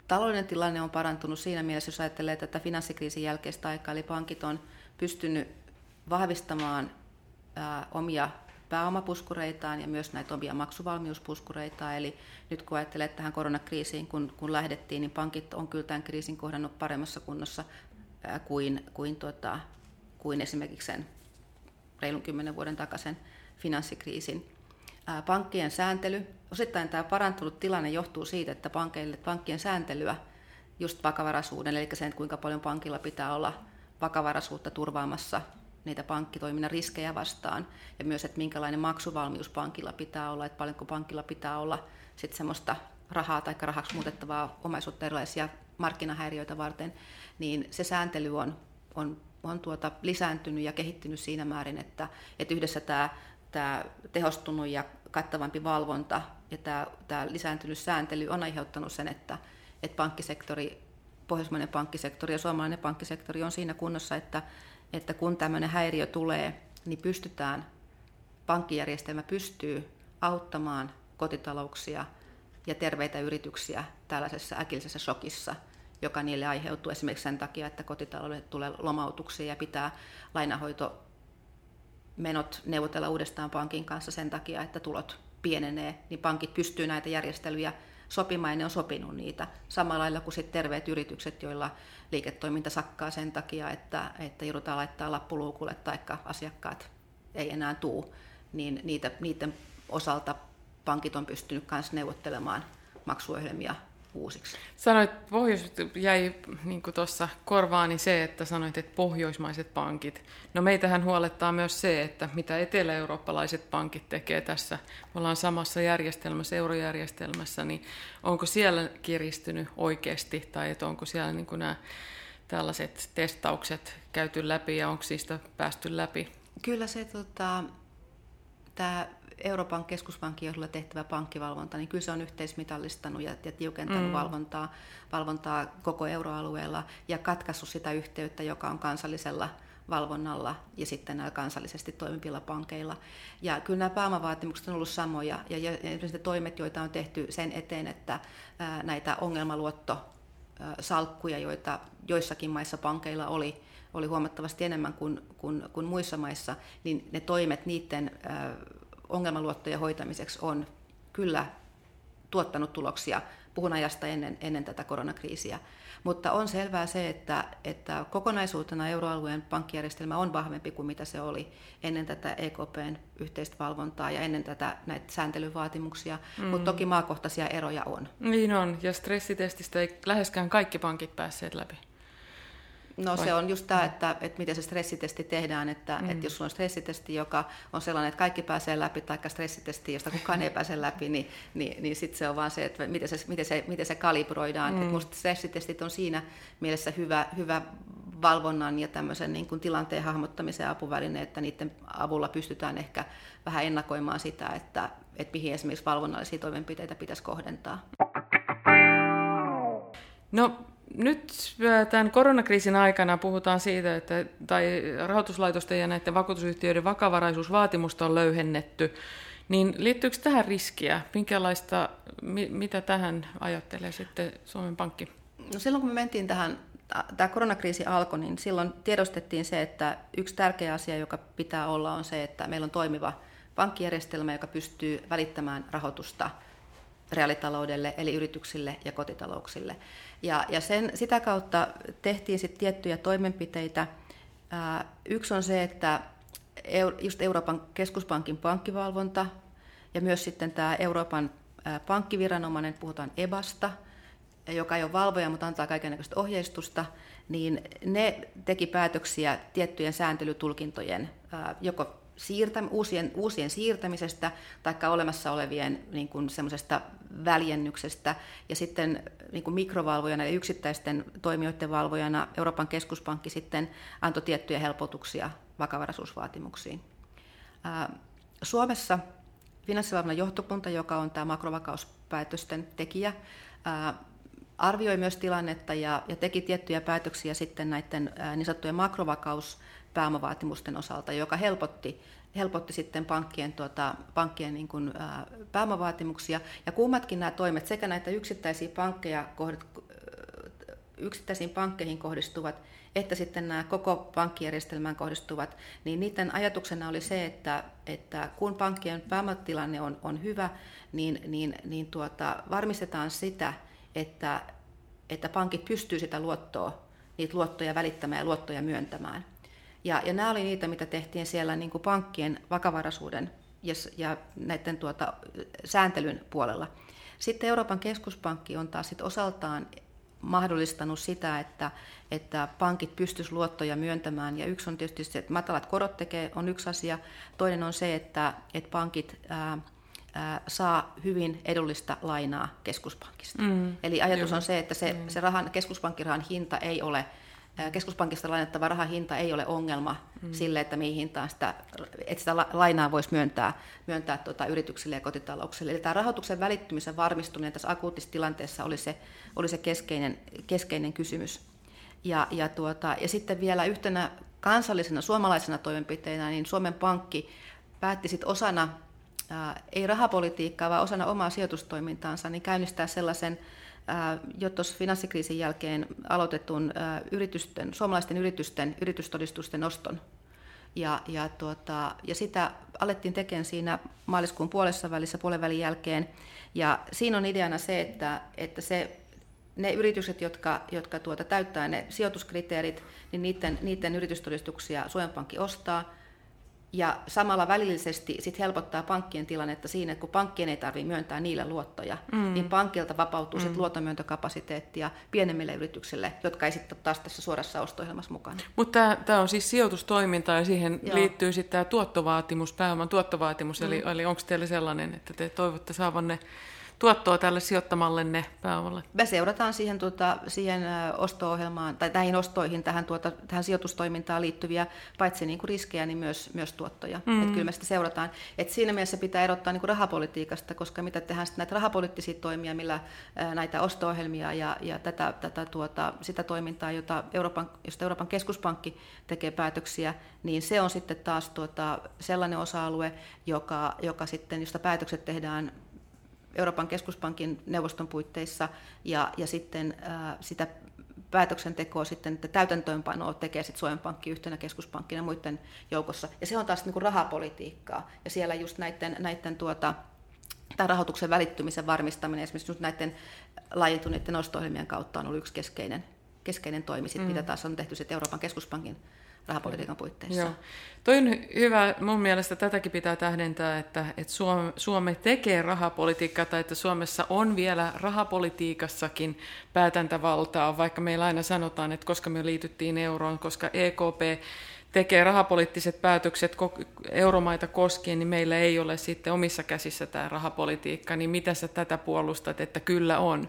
taloudellinen tilanne on parantunut siinä mielessä, jos ajattelee tätä finanssikriisin jälkeistä aikaa, eli pankit on pystynyt vahvistamaan ää, omia pääomapuskureitaan ja myös näitä omia maksuvalmiuspuskureitaan. Eli nyt kun ajattelee tähän koronakriisiin, kun, kun lähdettiin, niin pankit on kyllä tämän kriisin kohdannut paremmassa kunnossa ää, kuin, kuin, tota, kuin esimerkiksi sen reilun kymmenen vuoden takaisen finanssikriisin. Ää, pankkien sääntely, osittain tämä parantunut tilanne johtuu siitä, että pankeille, pankkien sääntelyä just vakavaraisuuden, eli sen, kuinka paljon pankilla pitää olla vakavaraisuutta turvaamassa niitä pankkitoiminnan riskejä vastaan, ja myös, että minkälainen maksuvalmius pankilla pitää olla, että paljonko pankilla pitää olla sitten semmoista rahaa tai rahaksi muutettavaa omaisuutta erilaisia markkinahäiriöitä varten, niin se sääntely on, on, on tuota lisääntynyt ja kehittynyt siinä määrin, että, että yhdessä tämä, tämä tehostunut ja kattavampi valvonta ja tämä, tämä lisääntynyt sääntely on aiheuttanut sen, että, että pankkisektori, pohjoismainen pankkisektori ja suomalainen pankkisektori on siinä kunnossa, että että kun tämmöinen häiriö tulee, niin pystytään, pankkijärjestelmä pystyy auttamaan kotitalouksia ja terveitä yrityksiä tällaisessa äkillisessä shokissa, joka niille aiheutuu esimerkiksi sen takia, että kotitaloudelle tulee lomautuksia ja pitää lainahoitomenot neuvotella uudestaan pankin kanssa sen takia, että tulot pienenee, niin pankit pystyy näitä järjestelyjä sopimaan ja ne on sopinut niitä. Samalla lailla kuin sit terveet yritykset, joilla liiketoiminta sakkaa sen takia, että, että joudutaan laittaa lappuluukulle tai asiakkaat ei enää tuu, niin niitä, niiden osalta pankit on pystynyt myös neuvottelemaan maksuohjelmia uusiksi. Sanoit, pohjois, jäi niin tuossa korvaani se, että sanoit, että pohjoismaiset pankit. No meitähän huolettaa myös se, että mitä etelä-eurooppalaiset pankit tekee tässä. Me ollaan samassa järjestelmässä, eurojärjestelmässä, niin onko siellä kiristynyt oikeasti, tai että onko siellä niin kuin nämä tällaiset testaukset käyty läpi, ja onko siitä päästy läpi? Kyllä se, tota, tämä Euroopan keskuspankin johdolla tehtävä pankkivalvonta, niin kyllä se on yhteismitallistanut ja, ja tiukentanut mm. valvontaa, valvontaa koko euroalueella ja katkaissut sitä yhteyttä, joka on kansallisella valvonnalla ja sitten näillä kansallisesti toimivilla pankeilla. Ja kyllä nämä pääomavaatimukset on ollut samoja ja, ja, ja ne toimet, joita on tehty sen eteen, että ää, näitä ongelmaluottosalkkuja, joita joissakin maissa pankeilla oli, oli huomattavasti enemmän kuin, kuin, kuin muissa maissa, niin ne toimet niiden ää, ongelmaluottojen hoitamiseksi on kyllä tuottanut tuloksia. Puhun ajasta ennen, ennen tätä koronakriisiä. Mutta on selvää se, että, että kokonaisuutena euroalueen pankkijärjestelmä on vahvempi kuin mitä se oli ennen tätä E K P:n yhteistä valvontaa ja ennen tätä näitä sääntelyvaatimuksia, mm. mutta toki maakohtaisia eroja on. Niin on, ja stressitestistä ei läheskään kaikki pankit päässeet läpi. No Vai? Se on just tämä, että, että miten se stressitesti tehdään, että, mm. että jos sulla on stressitesti, joka on sellainen, että kaikki pääsee läpi, tai stressitesti, josta kukaan ei pääse läpi, niin, niin, niin sitten se on vaan se, että miten se, miten se, miten se kalibroidaan. Mm. Minusta stressitestit on siinä mielessä hyvä, hyvä valvonnan ja tämmöisen niin kuin tilanteen hahmottamisen apuväline, että niiden avulla pystytään ehkä vähän ennakoimaan sitä, että, että mihin esimerkiksi valvonnallisia toimenpiteitä pitäisi kohdentaa. No, nyt tämän koronakriisin aikana puhutaan siitä, että tai rahoituslaitosten ja näiden vakuutusyhtiöiden vakavaraisuusvaatimusta on löyhennetty. Niin liittyykö tähän riskiä? Minkälaista, mi, mitä tähän ajattelee sitten Suomen Pankki? No silloin kun me mentiin tähän, tämä koronakriisi alkoi, niin silloin tiedostettiin se, että yksi tärkeä asia, joka pitää olla, on se, että meillä on toimiva pankkijärjestelmä, joka pystyy välittämään rahoitusta reaalitaloudelle, eli yrityksille ja kotitalouksille. Ja, ja sen, sitä kautta tehtiin sitten tiettyjä toimenpiteitä. Ää, yksi on se, että just Euroopan keskuspankin pankkivalvonta ja myös sitten tämä Euroopan ää, pankkiviranomainen, puhutaan E B Asta, joka ei ole valvoja, mutta antaa kaikennäköistä ohjeistusta, niin ne teki päätöksiä tiettyjen sääntelytulkintojen ää, joko Siirtä, uusien, uusien siirtämisestä tai olemassa olevien niin kuin semmoisesta väljennyksestä. Ja sitten niin kuin mikrovalvojana ja yksittäisten toimijoiden valvojana Euroopan keskuspankki sitten antoi tiettyjä helpotuksia vakavaraisuusvaatimuksiin. Ää, Suomessa finanssivalvonnan johtokunta, joka on tämä makrovakauspäätösten tekijä, ää, arvioi myös tilannetta ja, ja teki tiettyjä päätöksiä sitten näiden ää, niin sanottujen makrovakaus pääomavaatimusten osalta, joka helpotti, helpotti sitten pankkien, tuota, pankkien niin kuin, ää, pääomavaatimuksia. Ja kummatkin nämä toimet, sekä näitä yksittäisiä pankkeja yksittäisiin pankkeihin kohdistuvat, että sitten nämä koko pankkijärjestelmään kohdistuvat, niin niiden ajatuksena oli se, että, että kun pankkien pääomatilanne on, on hyvä, niin, niin, niin tuota, varmistetaan sitä, että, että pankit pystyy sitä luottoa, niitä luottoja välittämään ja luottoja myöntämään. Ja, ja nämä oli niitä, mitä tehtiin siellä niin kuin pankkien vakavaraisuuden ja, ja näiden tuota, sääntelyn puolella. Sitten Euroopan keskuspankki on taas sit osaltaan mahdollistanut sitä, että, että pankit pystyisivät luottoja myöntämään. Ja yksi on tietysti se, että matalat korot tekee, on yksi asia. Toinen on se, että, että pankit ää, ää, saa hyvin edullista lainaa keskuspankista. Mm, Eli ajatus joo. on se, että se, mm. se rahan, keskuspankkirahan hinta ei ole, keskuspankista lainattava rahan hinta ei ole ongelma mm. sille, että mihin hintaan sitä, että sitä lainaa voisi myöntää, myöntää tuota yrityksille ja kotitalouksille. Eli tämä rahoituksen välittymisen varmistuminen tässä akuutissa tilanteessa oli se, oli se keskeinen, keskeinen kysymys. Ja, ja, tuota, ja sitten vielä yhtenä kansallisena suomalaisena toimenpiteenä, niin Suomen Pankki päätti sitten osana, ää, ei rahapolitiikkaa, vaan osana omaa sijoitustoimintaansa, niin käynnistää sellaisen jo tuossa finanssikriisin jälkeen aloitetun yritysten, suomalaisten yritysten yritystodistusten oston. Ja, ja, tuota, ja sitä alettiin tekemään siinä maaliskuun puolessa välissä, puolen välin jälkeen. Ja siinä on ideana se, että, että se, ne yritykset, jotka, jotka tuota, täyttää ne sijoituskriteerit, niin niiden, niiden yritystodistuksia Suomen Pankki ostaa. Ja samalla välillisesti sit helpottaa pankkien tilannetta siinä, että kun pankkien ei tarvitse myöntää niille luottoja, mm. niin pankilta vapautuu mm. sit luotonmyöntökapasiteettia pienemmille yrityksille, jotka ei sitten taas tässä suorassa osto-ohjelmassa mukana. Mutta tämä on siis sijoitustoiminta ja siihen Joo. liittyy sitten tämä tuottovaatimus, pääoman tuottovaatimus. Mm. Eli, eli onko teillä sellainen, että te toivotte saavanne tuottoa tälle sijoittamallenne pääomalle? Me seurataan siihen, tuota, siihen osto-ohjelmaan tai näihin ostoihin, tähän, tuota, tähän sijoitustoimintaan liittyviä paitsi niin kuin riskejä, niin myös, myös tuottoja. Mm. Et kyllä me sitä seurataan. Et siinä mielessä pitää erottaa niin kuin rahapolitiikasta, koska mitä tehdään näitä rahapoliittisia toimia, millä ää, näitä osto-ohjelmia ja, ja tätä, tätä, tuota, sitä toimintaa, jota Euroopan, josta Euroopan keskuspankki tekee päätöksiä, niin se on sitten taas tuota, sellainen osa-alue, joka, joka sitten, josta päätökset tehdään Euroopan keskuspankin neuvoston puitteissa ja, ja sitten ää, sitä päätöksentekoa sitten, että täytäntöönpanoa tekee sitten Suomen Pankki yhtenä keskuspankkina muiden joukossa. Ja se on taas niin kuin rahapolitiikkaa. Ja siellä just näiden, näiden tuota, tämän rahoituksen välittymisen varmistaminen, esimerkiksi just näiden laajentuneiden osto-ohjelmien kautta on ollut yksi keskeinen, keskeinen toimi, sit, mm. mitä taas on tehty sitten Euroopan keskuspankin rahapolitiikan puitteissa. Joo. Toi on hyvä, mun mielestä tätäkin pitää tähdentää, että, että Suomi, Suomi tekee rahapolitiikkaa tai että Suomessa on vielä rahapolitiikassakin päätäntävaltaa, vaikka meillä aina sanotaan, että koska me liityttiin euroon, koska E K P tekee rahapoliittiset päätökset euromaita koskien, niin meillä ei ole sitten omissa käsissä tämä rahapolitiikka, niin mitä sä tätä puolustat, että kyllä on?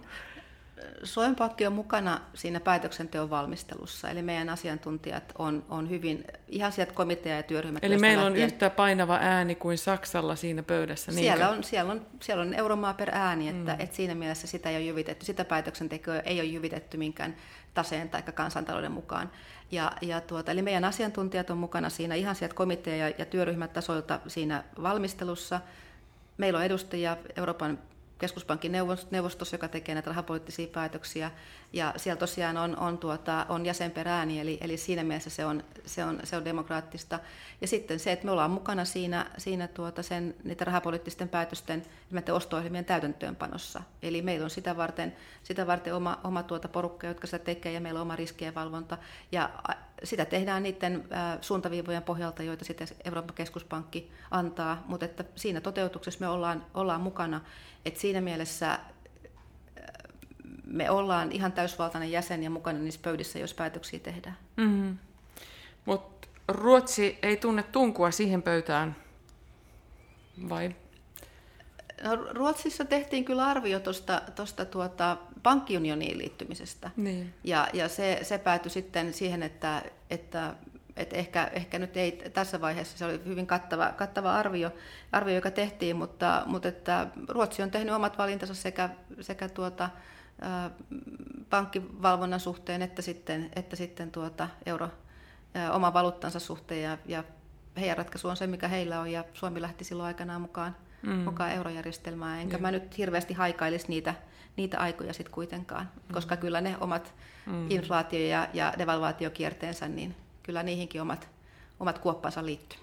Suomen Pankki on mukana siinä päätöksenteon valmistelussa, eli meidän asiantuntijat on, on hyvin, ihan sieltä komitea- ja työryhmät. Eli meillä on lähtien, yhtä painava ääni kuin Saksalla siinä pöydässä. Siellä on, siellä, on, siellä on euromaa per ääni, että, mm. että siinä mielessä sitä ei ole jyvitetty, sitä päätöksentekoa ei ole jyvitetty minkään taseen tai kansantalouden mukaan. Ja, ja tuota, eli meidän asiantuntijat on mukana siinä ihan sieltä komitea- ja, ja työryhmätasoilta siinä valmistelussa. Meillä on edustajia Euroopan keskuspankin neuvostossa, joka tekee näitä rahapoliittisia päätöksiä, ja siellä tosiaan on, on, tuota, on jäsen per ääni, eli, eli siinä mielessä se on, se, on, se on demokraattista. Ja sitten se, että me ollaan mukana siinä, siinä tuota sen, niiden rahapoliittisten päätösten osto-ohjelmien täytäntöönpanossa. Eli meillä on sitä varten, sitä varten oma, oma tuota porukka, jotka sitä tekee, ja meillä on oma riskien valvonta, ja sitä tehdään niiden äh, suuntaviivojen pohjalta, joita sitten Euroopan keskuspankki antaa, mutta että siinä toteutuksessa me ollaan, ollaan mukana. Et siinä mielessä me ollaan ihan täysvaltainen jäsen ja mukana niissä pöydissä, jos päätöksiä tehdään. Mm-hmm. Mutta Ruotsi ei tunne tunkua siihen pöytään, vai? No, Ruotsissa tehtiin kyllä arvio tuosta tuota, pankkiunioniin liittymisestä. Niin. Ja, ja se, se päätyi sitten siihen, että, että, että ehkä, ehkä nyt ei tässä vaiheessa, se oli hyvin kattava, kattava arvio, arvio, joka tehtiin, mutta, mutta että Ruotsi on tehnyt omat valintansa sekä, sekä tuota, ä, pankkivalvonnan suhteen että sitten, että sitten tuota, euro, ä, oma valuuttansa suhteen, ja, ja heidän ratkaisu on se, mikä heillä on, ja Suomi lähti silloin aikanaan mukaan. mm. mukaan eurojärjestelmään, enkä mm. mä nyt hirveästi haikailisi niitä, niitä aikoja sitten kuitenkaan, mm. koska kyllä ne omat mm. inflaatio- ja, ja devalvaatiokierteensä, niin kyllä niihinkin omat, omat kuoppansa liittyy.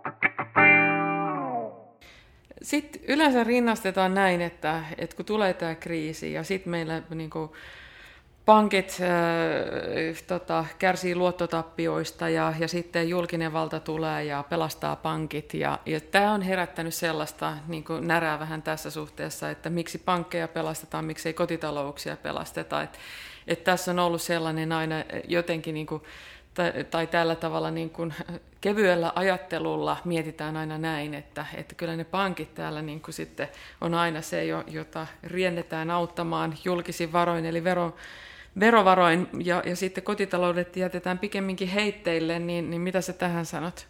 Sitten yleensä rinnastetaan näin, että, että kun tulee tämä kriisi ja sitten meillä niin kuin pankit äh, tota, kärsii luottotappioista ja, ja sitten julkinen valta tulee ja pelastaa pankit. Ja, ja tämä on herättänyt sellaista niin kuin närää vähän tässä suhteessa, että miksi pankkeja pelastetaan, miksi ei kotitalouksia pelasteta. Et, et tässä on ollut sellainen aina jotenkin, niin kuin, tai, tai tällä tavalla niin kuin kevyellä ajattelulla mietitään aina näin, että, että kyllä ne pankit täällä niin kuin sitten on aina se, jota riennetään auttamaan julkisin varoin, eli vero, verovaroin, ja, ja sitten kotitaloudet jätetään pikemminkin heitteille, niin, niin mitä sä tähän sanot?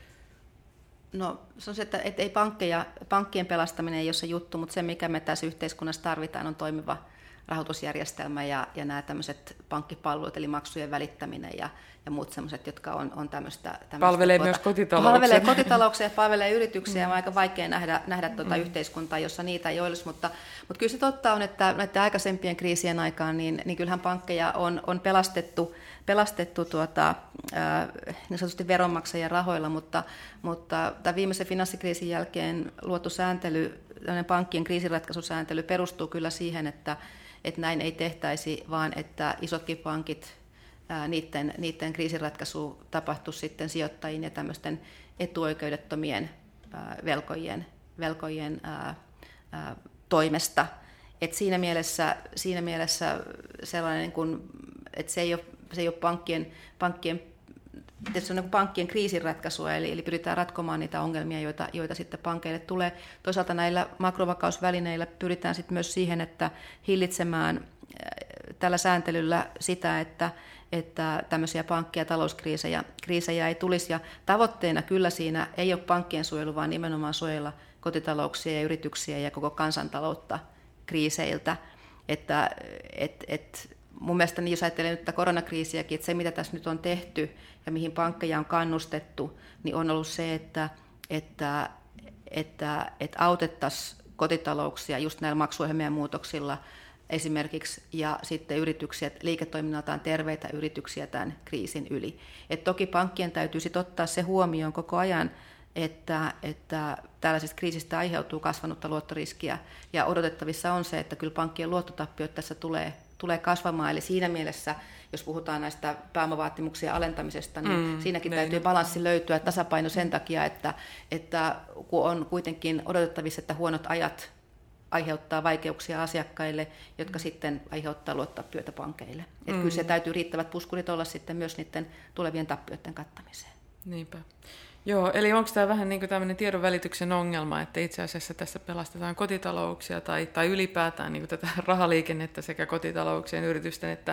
No se on se, että, että ei pankkeja, pankkien pelastaminen ei ole se juttu, mutta se mikä me tässä yhteiskunnassa tarvitaan on toimiva rahoitusjärjestelmä ja, ja nämä tämmöiset pankkipalvelut, eli maksujen välittäminen ja, ja muut semmoiset, jotka on, on tämmöistä... tämmöistä palvelee tuota, myös kotitalouksia. Palvelee kotitalouksia ja palvelee yrityksiä, mm. on aika vaikea nähdä, nähdä tuota mm. yhteiskuntaa, jossa niitä ei olisi, mutta, mutta kyllä se totta on, että näiden aikaisempien kriisien aikaan, niin, niin kyllähän pankkeja on, on pelastettu, pelastettu tuota, ää, niin sanotusti veronmaksajien rahoilla, mutta, mutta tämän viimeisen finanssikriisin jälkeen luotu sääntely, pankkien kriisinratkaisusääntely perustuu kyllä siihen, että että näin ei tehtäisi, vaan että isotkin pankit, ää, niiden, niiden kriisinratkaisu tapahtuisi sitten sijoittajien ja tämmöisten etuoikeudettomien ää, velkojien, velkojien ää, ää, toimesta. Et siinä mielessä, siinä mielessä sellainen, kun, että se ei ole, se ei ole pankkien, pankkien se on niin pankkien kriisinratkaisua, eli, eli pyritään ratkomaan niitä ongelmia, joita, joita sitten pankeille tulee. Toisaalta näillä makrovakausvälineillä pyritään sitten myös siihen, että hillitsemään tällä sääntelyllä sitä, että, että tämmöisiä pankki- ja talouskriisejä kriisejä ei tulisi. Ja tavoitteena kyllä siinä ei ole pankkien suojelu, vaan nimenomaan suojella kotitalouksia ja yrityksiä ja koko kansantaloutta kriiseiltä. Että, et, et, mun mielestä, niin jos ajattelee nyt tätä koronakriisiäkin, että se mitä tässä nyt on tehty ja mihin pankkeja on kannustettu, niin on ollut se, että, että, että, että autettaisiin kotitalouksia just näillä maksuohjelmien muutoksilla esimerkiksi, ja sitten yrityksiä, liiketoiminnaltaan terveitä yrityksiä tämän kriisin yli. Et toki pankkien täytyy sitten ottaa se huomioon koko ajan, että, että tällaisesta kriisistä aiheutuu kasvanutta luottoriskiä, ja odotettavissa on se, että kyllä pankkien luottotappiot tässä tulee, tulee kasvamaan, eli siinä mielessä, jos puhutaan näistä pääomavaatimuksien alentamisesta, niin mm, siinäkin näin. Täytyy balanssi löytyä, tasapaino sen takia, että, että kun on kuitenkin odotettavissa, että huonot ajat aiheuttaa vaikeuksia asiakkaille, jotka sitten aiheuttaa luottotappioita pankeille. Mm. Että kyllä se täytyy riittävät puskurit olla sitten myös niiden tulevien tappioiden kattamiseen. Niinpä. Joo, eli onko tämä vähän niin kuin tämmöinen tiedonvälityksen ongelma, että itse asiassa tässä pelastetaan kotitalouksia tai, tai ylipäätään niin kuin tätä rahaliikennettä sekä kotitalouksien, yritysten, että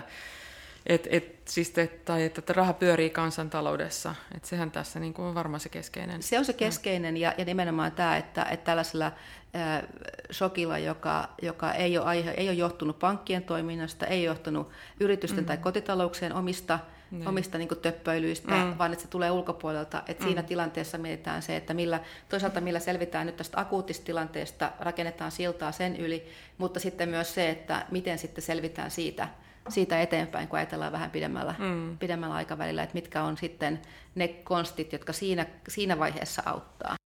et, et, siis te, tai että raha pyörii kansantaloudessa. Et sehän tässä niin kuin on varmaan se keskeinen. Se on se keskeinen ja, ja nimenomaan tämä, että, että tällaisella äh, shokilla, joka, joka ei, ole aihe, ei ole johtunut pankkien toiminnasta, ei ole johtunut yritysten mm. tai kotitalouksien omista Niin. omista niin kuin töppöilyistä, mm. vaan että se tulee ulkopuolelta. Että mm. siinä tilanteessa mietitään se, että millä, toisaalta millä selvitään nyt tästä akuutista tilanteesta, rakennetaan siltaa sen yli, mutta sitten myös se, että miten sitten selvitään siitä, siitä eteenpäin, kun ajatellaan vähän pidemmällä, mm. pidemmällä aikavälillä, että mitkä on sitten ne konstit, jotka siinä, siinä vaiheessa auttaa.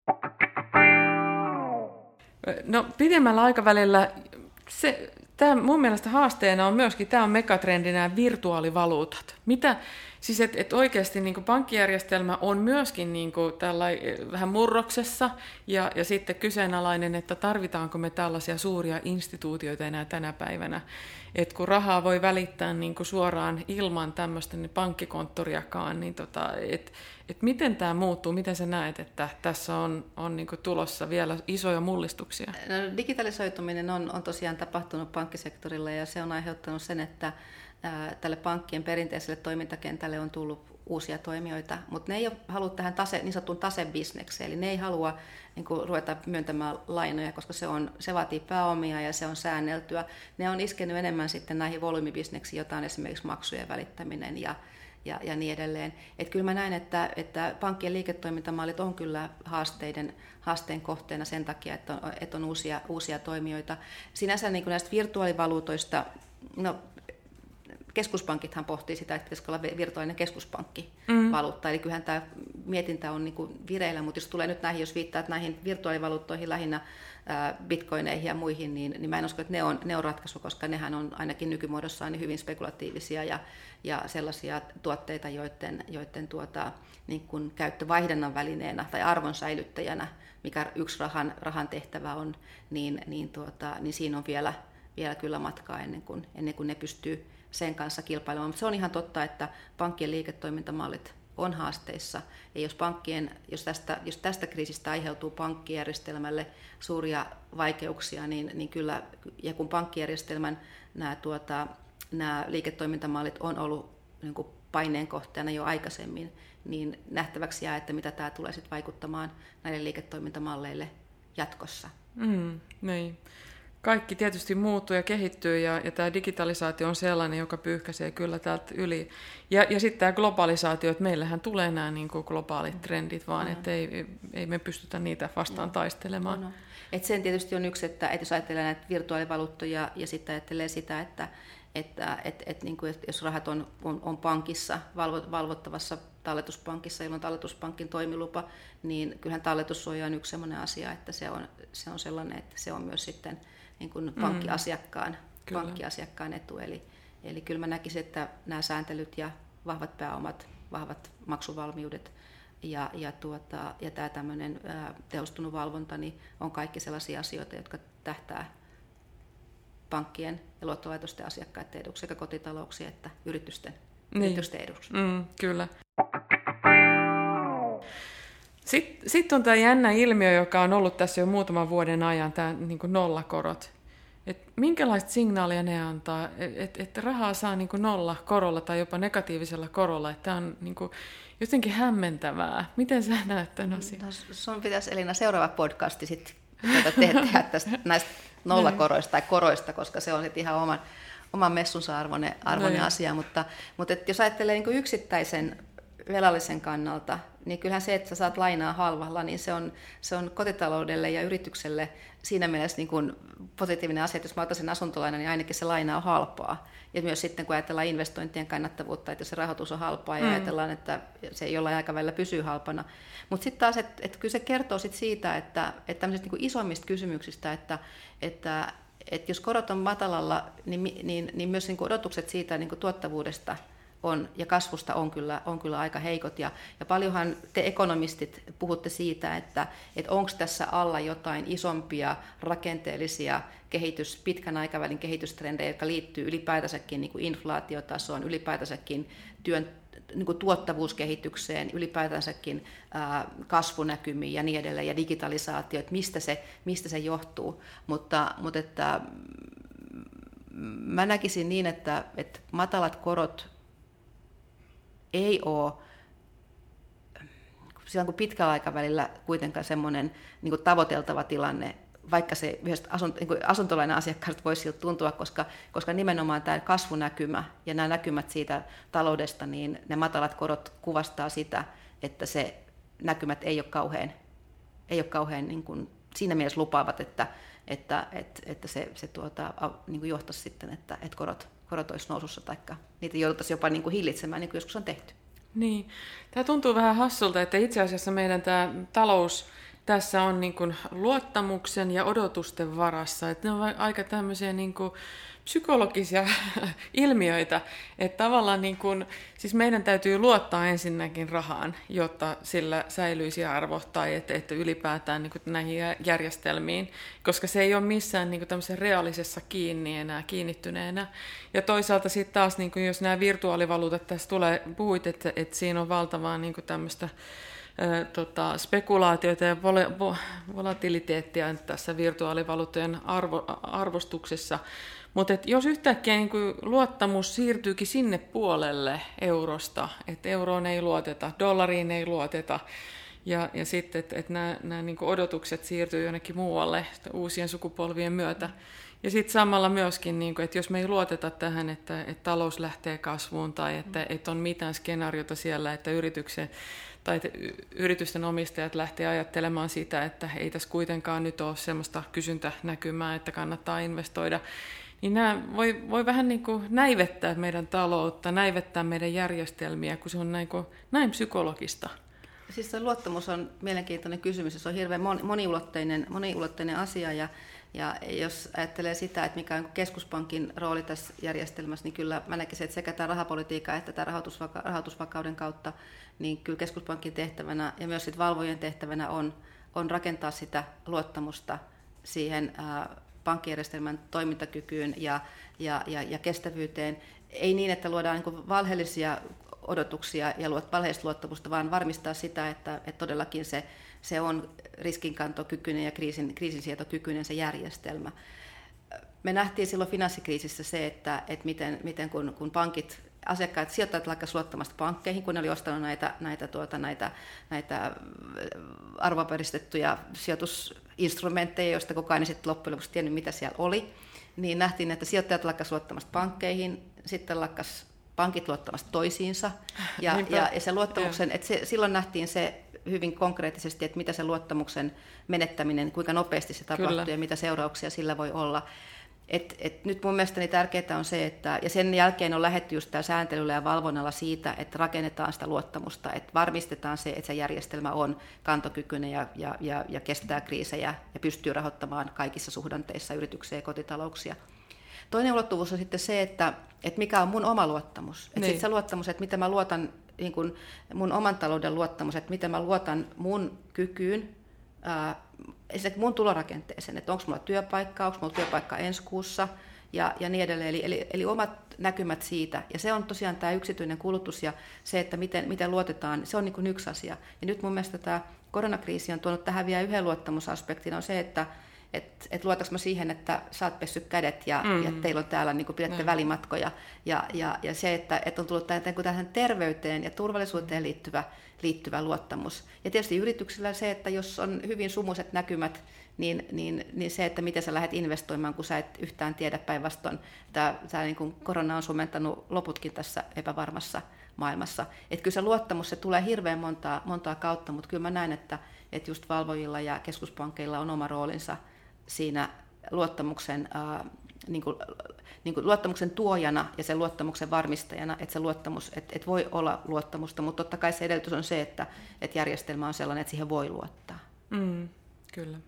No pidemmällä aikavälillä se... Tämä mun mielestä haasteena on myöskin, tämä on megatrendi, nämä virtuaalivaluutat. Mitä, siis että et oikeasti niin kuin pankkijärjestelmä on myöskin niin kuin vähän murroksessa ja, ja sitten kyseenalainen, että tarvitaanko me tällaisia suuria instituutioita enää tänä päivänä. Että kun rahaa voi välittää niin kuin suoraan ilman tämmöistä niin pankkikonttoriakaan, niin tota, että et miten tämä muuttuu, miten sä näet, että tässä on, on niin kuin tulossa vielä isoja mullistuksia? No, digitalisoituminen on, on tosiaan tapahtunut pankkisektorilla ja se on aiheuttanut sen, että ää, tälle pankkien perinteiselle toimintakentälle on tullut uusia toimijoita, mutta ne ei halua tähän tase, niin sanottuun tasebisnekseen, eli ne ei halua niin kuin, ruveta myöntämään lainoja, koska se, on, se vaatii pääomia ja se on säänneltyä. Ne on iskenyt enemmän sitten näihin volyymibisneksiin, joita on esimerkiksi maksujen välittäminen ja ja, ja niin edelleen. Et kyllä mä näen, että, että pankkien liiketoimintamallit on kyllä haasteiden, haasteen kohteena sen takia, että on, että on uusia, uusia toimijoita. Sinänsä niin kuin näistä virtuaalivaluutoista, no keskuspankithan pohtii sitä, että pitäisikö olla virtuaalinen keskuspankkivaluutta. Mm. Eli kyllähän tämä mietintä on niin kuin vireillä, mutta jos tulee nyt näihin, jos viittaat näihin virtuaalivaluuttoihin, lähinnä bitcoineihin ja muihin, niin, niin mä en usko, että ne on, ne on ratkaisu, koska nehän on ainakin nykymuodossaan niin hyvin spekulatiivisia ja, ja sellaisia tuotteita, joiden, joiden tuota, niin kuin käyttövaihdannan välineenä tai arvon säilyttäjänä, mikä yksi rahan, rahan tehtävä on, niin, niin, tuota, niin siinä on vielä, vielä kyllä matkaa ennen kuin, ennen kuin ne pystyy sen kanssa kilpailemaan. Mutta se on ihan totta, että pankkien liiketoimintamallit on haasteissa. Ja jos, pankkien, jos, tästä, jos tästä kriisistä aiheutuu pankkijärjestelmälle suuria vaikeuksia, niin, niin kyllä, ja kun pankkijärjestelmän nämä, tuota, nämä liiketoimintamallit on ollut niin kuin paineen kohteena jo aikaisemmin, niin nähtäväksi jää, että mitä tämä tulee sitten vaikuttamaan näille liiketoimintamalleille jatkossa. Mm, niin. Kaikki tietysti muuttuu ja kehittyy, ja, ja tämä digitalisaatio on sellainen, joka pyyhkäisee kyllä täältä yli. Ja, ja sitten tämä globalisaatio, että meillähän tulee nämä niin kuin globaalit trendit, vaan mm. että ei, ei me pystytä niitä vastaan mm. taistelemaan. No, no. Et sen tietysti on yksi, että, että jos ajattelee näitä virtuaalivaluuttoja ja sitten ajattelee sitä, että, että et, et, niin kuin, jos rahat on, on, on pankissa, valvo, valvottavassa talletuspankissa, ilman talletuspankin toimilupa, niin kyllähän talletussuoja on yksi sellainen asia, että se on, se on sellainen, että se on myös sitten niin kuin pankkiasiakkaan, mm, pankkiasiakkaan etu. Eli, eli kyllä mä näkisin, että nämä sääntelyt ja vahvat pääomat, vahvat maksuvalmiudet ja, ja, tuota, ja tämä tämmöinen ää, tehostunut valvonta niin on kaikki sellaisia asioita, jotka tähtää pankkien ja luottolaitosten asiakkaiden eduksi sekä kotitalouksien että yritysten, niin. yritysten eduksi. Mm, kyllä. Sitten, sitten on tämä jännä ilmiö, joka on ollut tässä jo muutaman vuoden ajan, tämä niin kuin nollakorot. Et minkälaista signaalia ne antaa, että et rahaa saa niin kuin nolla korolla tai jopa negatiivisella korolla? Tämä on niin kuin jotenkin hämmentävää. Miten sä näet tämän asian? No, sun pitäisi, Elina, seuraava podcasti sitten tehdä tästä näistä nollakoroista tai koroista, koska se on sitten ihan oman, oman messunsa arvoinen, arvoinen no, asia. Mutta, mutta et jos ajattelee niin kuin yksittäisen velallisen kannalta, niin kyllähän se, että sä saat lainaa halvalla, niin se on, se on kotitaloudelle ja yritykselle siinä mielessä niin kuin positiivinen asia, että jos mä otan sen asuntolainan, niin ainakin se laina on halpaa. Ja myös sitten, kun ajatellaan investointien kannattavuutta, että jos se rahoitus on halpaa ja mm. ajatellaan, että se jollain aikavälillä pysyy halpana. Mutta sitten taas, että, että kyllä se kertoo sit siitä, että, että tämmöisistä niin kuin isommista kysymyksistä, että, että, että jos korot on matalalla, niin, niin, niin myös niin kuin odotukset siitä niin kuin tuottavuudesta on, ja kasvusta on kyllä, on kyllä aika heikot. Ja, ja paljonhan te ekonomistit puhutte siitä, että, että onko tässä alla jotain isompia rakenteellisia kehitys, pitkän aikavälin kehitystrendejä, jotka liittyy ylipäätänsäkin niin kuin inflaatiotasoon, ylipäätänsäkin työn niin kuin tuottavuuskehitykseen, ylipäätänsäkin ää, kasvunäkymiin ja niin edelleen, ja digitalisaatio, että mistä se, mistä se johtuu. Mutta, mutta että, mä näkisin niin, että, että matalat korot ei ole silloin kun pitkällä aikavälillä kuitenkaan semmoinen niin kuin tavoiteltava tilanne, vaikka se yhdestä asunt- niin asuntolainan asiakkaasta voisi siltä tuntua, koska, koska nimenomaan tämä kasvunäkymä ja nämä näkymät siitä taloudesta, niin ne matalat korot kuvastaa sitä, että se näkymät ei ole kauhean, ei ole kauhean niin kuin siinä mielessä lupaavat, että, että, että, että se, se tuota, niin kuin johtaisi sitten, että, että korot korot olisi nousussa, taikka niitä jouduttaisiin jopa niin kuin hillitsemään, niin kuin joskus on tehty. Niin. Tämä tuntuu vähän hassulta, että itse asiassa meidän tämä talous tässä on niin kuin luottamuksen ja odotusten varassa. Että ne on aika tämmöisiä niin kuin psykologisia ilmiöitä, että tavallaan niin kuin, siis meidän täytyy luottaa ensinnäkin rahaan, jotta sillä säilyisi arvo tai että, että ylipäätään niin kuin näihin järjestelmiin, koska se ei ole missään niin kuin tämmöisessä reaalisessa kiinni enää kiinnittyneenä. Ja toisaalta sitten taas, niin kuin jos nämä virtuaalivaluutat tässä tulee, puhuit, että, että siinä on valtavaa niin kuin tämmöistä ää, tota, spekulaatioita ja vol- volatiliteettia tässä virtuaalivaluuttojen arvo, arvostuksessa. Mutta jos yhtäkkiä niin kuin luottamus siirtyykin sinne puolelle eurosta, että euroon ei luoteta, dollariin ei luoteta, ja, ja sitten, että et nämä, nämä niin kuin odotukset siirtyy jonnekin muualle uusien sukupolvien myötä, Ja sitten samalla myöskin, niin kuin, että jos me ei luoteta tähän, että, että talous lähtee kasvuun tai että, että on mitään skenaariota siellä, että yrityksen, tai että yritysten omistajat lähtee ajattelemaan sitä, että ei tässä kuitenkaan nyt ole sellaista kysyntänäkymää, että kannattaa investoida, niin nämä voi, voi vähän niin kuin näivettää meidän taloutta, näivettää meidän järjestelmiä, kun se on näin, kuin, näin psykologista. Siis se luottamus on mielenkiintoinen kysymys, se on hirveän moniulotteinen, moniulotteinen asia, ja, ja jos ajattelee sitä, että mikä on keskuspankin rooli tässä järjestelmässä, niin kyllä mä näkisin, että sekä tämä rahapolitiikka että tämä rahoitusvaka- rahoitusvakauden kautta, niin kyllä keskuspankin tehtävänä ja myös sit valvojen tehtävänä on, on rakentaa sitä luottamusta siihen ää, pankkijärjestelmän toimintakykyyn ja, ja, ja, ja kestävyyteen. Ei niin, että luodaan niin kuin valheellisia odotuksia ja valheellista luottamusta, vaan varmistaa sitä, että, että todellakin se, se on riskinkantokykyinen ja kriisin, kriisinsietokykyinen se järjestelmä. Me nähtiin silloin finanssikriisissä se, että, että miten, miten kun, kun pankit, asiakkaat, sijoittajat lakkasivat luottamasta pankkeihin, kun ne oli ostanut näitä, näitä, tuota, näitä, näitä arvopaperistettuja sijoitusinstrumentteja, joista kukaan ei sitten loppujen lopuksi tiennyt, mitä siellä oli, niin nähtiin, että sijoittajat lakkasivat luottamasta pankkeihin, sitten lakkasi pankit luottamasta toisiinsa, ja, ja, ja se luottamuksen, että se, silloin nähtiin se hyvin konkreettisesti, että mitä se luottamuksen menettäminen, kuinka nopeasti se tapahtuu Kyllä. ja mitä seurauksia sillä voi olla. Et, et nyt mun mielestäni tärkeää on se, että, ja sen jälkeen on lähdetty just tämä sääntelyllä ja valvonnalla siitä, että rakennetaan sitä luottamusta, että varmistetaan se, että se järjestelmä on kantokykyinen ja, ja, ja, ja kestää kriisejä ja pystyy rahoittamaan kaikissa suhdanteissa yrityksiä ja kotitalouksia. Toinen ulottuvuus on sitten se, että, että mikä on mun oma luottamus. Että niin. se luottamus, että mitä mä luotan, niin kun mun oman talouden luottamus, että mitä mä luotan mun kykyyn, ää, mun tulorakenteeseen, että onko mulla työpaikka, onko mulla työpaikka ensi kuussa ja, ja niin edelleen. Eli, eli, eli omat näkymät siitä. Ja se on tosiaan tämä yksityinen kulutus ja se, että miten, miten luotetaan, se on niin kuin yksi asia. Ja nyt mun mielestä tämä koronakriisi on tuonut tähän vielä yhden luottamusaspektin, on se, että Että et luotanko mä siihen, että sä oot pessyt kädet ja, mm. ja teillä on täällä, niin pidätte mm. välimatkoja. Ja, ja, ja se, että et on tullut tähän, tähän terveyteen ja turvallisuuteen liittyvä, liittyvä luottamus. Ja tietysti yrityksillä se, että jos on hyvin sumuiset näkymät, niin, niin, niin se, että miten sä lähdet investoimaan, kun sä et yhtään tiedä päinvastoin. Tämä, tämä niin kuin korona on sumentanut loputkin tässä epävarmassa maailmassa. Että kyllä se luottamus, se tulee hirveän montaa, montaa kautta, mutta kyllä mä näen, että, että just valvojilla ja keskuspankkeilla on oma roolinsa siinä luottamuksen, ää, niin kuin, niin kuin luottamuksen tuojana ja sen luottamuksen varmistajana, että se luottamus, että, että voi olla luottamusta, mutta totta kai se edellytys on se, että, että järjestelmä on sellainen, että siihen voi luottaa. Mm, kyllä.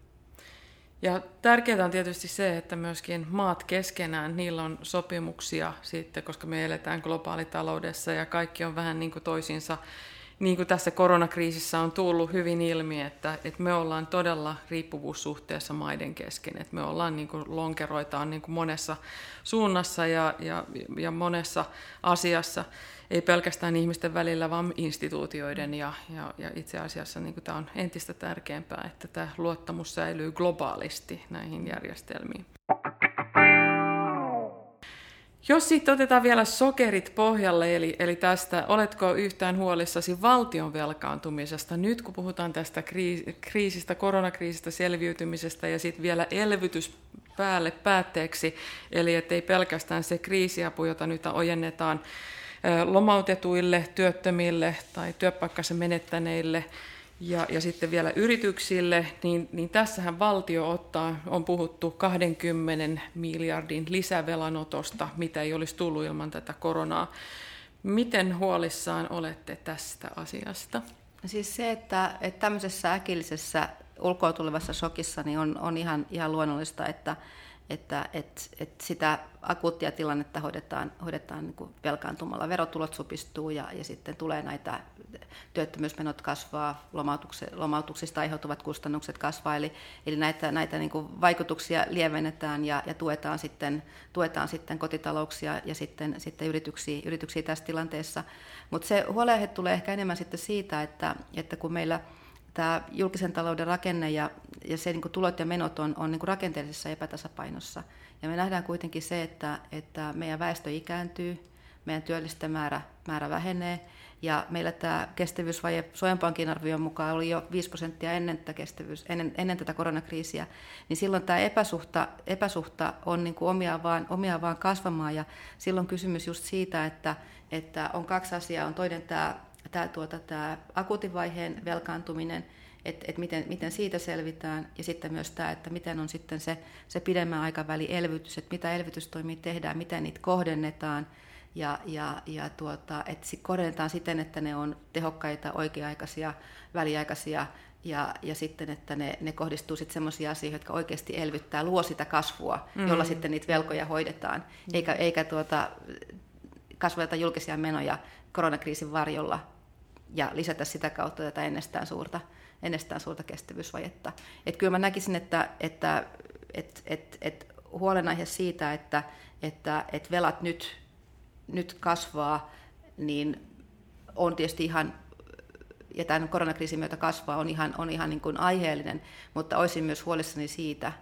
Ja tärkeää on tietysti se, että myöskin maat keskenään, niillä on sopimuksia sitten, koska me eletään globaalitaloudessa ja kaikki on vähän niin kuin toisiinsa. Niin kuin tässä koronakriisissä on tullut hyvin ilmi, että, että me ollaan todella riippuvuussuhteessa maiden kesken. Että me ollaan niin kuin lonkeroita on niin kuin monessa suunnassa ja, ja, ja monessa asiassa. Ei pelkästään ihmisten välillä, vaan instituutioiden. Ja, ja, ja itse asiassa niin kuin tämä on entistä tärkeämpää, että tämä luottamus säilyy globaalisti näihin järjestelmiin. Jos sitten otetaan vielä sokerit pohjalle, eli, eli tästä, oletko yhtään huolissasi valtion velkaantumisesta, nyt kun puhutaan tästä kriisistä, koronakriisistä selviytymisestä ja sitten vielä elvytys päälle päätteeksi, eli ettei pelkästään se kriisiapu, jota nyt ojennetaan lomautetuille, työttömille tai työpaikkansa menettäneille, Ja, ja sitten vielä yrityksille, niin, niin tässähän valtio ottaa, on puhuttu kaksikymmentä miljardin lisävelanotosta, mitä ei olisi tullut ilman tätä koronaa. Miten huolissaan olette tästä asiasta? Siis se, että, että tämmöisessä äkillisessä ulkoa tulevassa shokissa niin on, on ihan, ihan luonnollista, että, että, että, että sitä akuuttia tilannetta hoidetaan, hoidetaan niin kuin velkaantumalla. Verotulot supistuu ja, ja sitten tulee näitä työttömyysmenot kasvaa, lomautuksista aiheutuvat kustannukset kasvaa, eli, eli näitä, näitä niin kuin vaikutuksia lievennetään ja, ja tuetaan, sitten, tuetaan sitten kotitalouksia ja sitten, sitten yrityksiä, yrityksiä tässä tilanteessa. Mutta se huolenaihe tulee ehkä enemmän sitten siitä, että, että kun meillä tämä julkisen talouden rakenne ja, ja se niin kuin tulot ja menot on, on niin kuin rakenteellisessa epätasapainossa. Ja me nähdään kuitenkin se, että, että meidän väestö ikääntyy, meidän työllisten määrä, määrä vähenee. Ja meillä tämä kestävyysvaje Suomen Pankin arvion mukaan oli jo viisi prosenttia ennen tätä, kestävyys, ennen, ennen tätä koronakriisiä, niin silloin tämä epäsuhta, epäsuhta on niin kuin omiaan, vaan, omiaan vaan kasvamaan. Ja silloin kysymys just siitä, että, että on kaksi asiaa. On toinen tämä, tämä, tuota, tämä akuutin vaiheen velkaantuminen, että et miten, miten siitä selvitään, ja sitten myös tämä, että miten on sitten se, se pidemmän aikavälin elvytys, että mitä elvytystoimia tehdään, miten niitä kohdennetaan, ja, ja, ja tuota, että kohdennetaan siten, että ne on tehokkaita, oikea-aikaisia, väliaikaisia, ja, ja sitten, että ne, ne kohdistuu sitten sellaisiin asioihin, jotka oikeasti elvyttää, luo sitä kasvua, mm. jolla sitten niitä velkoja hoidetaan, mm. eikä, eikä tuota, kasvateta julkisia menoja koronakriisin varjolla, ja lisätä sitä kautta tätä ennestään suurta, ennestään suurta kestävyysvajetta. Et kyllä mä näkisin, että, että et, et, et huolenaihe siitä, että, että et velat nyt, nyt kasvaa, niin on tietysti ihan, ja tämän koronakriisin myötä kasvaa, on ihan, on ihan niin kuin aiheellinen, mutta olisin myös huolissani siitä,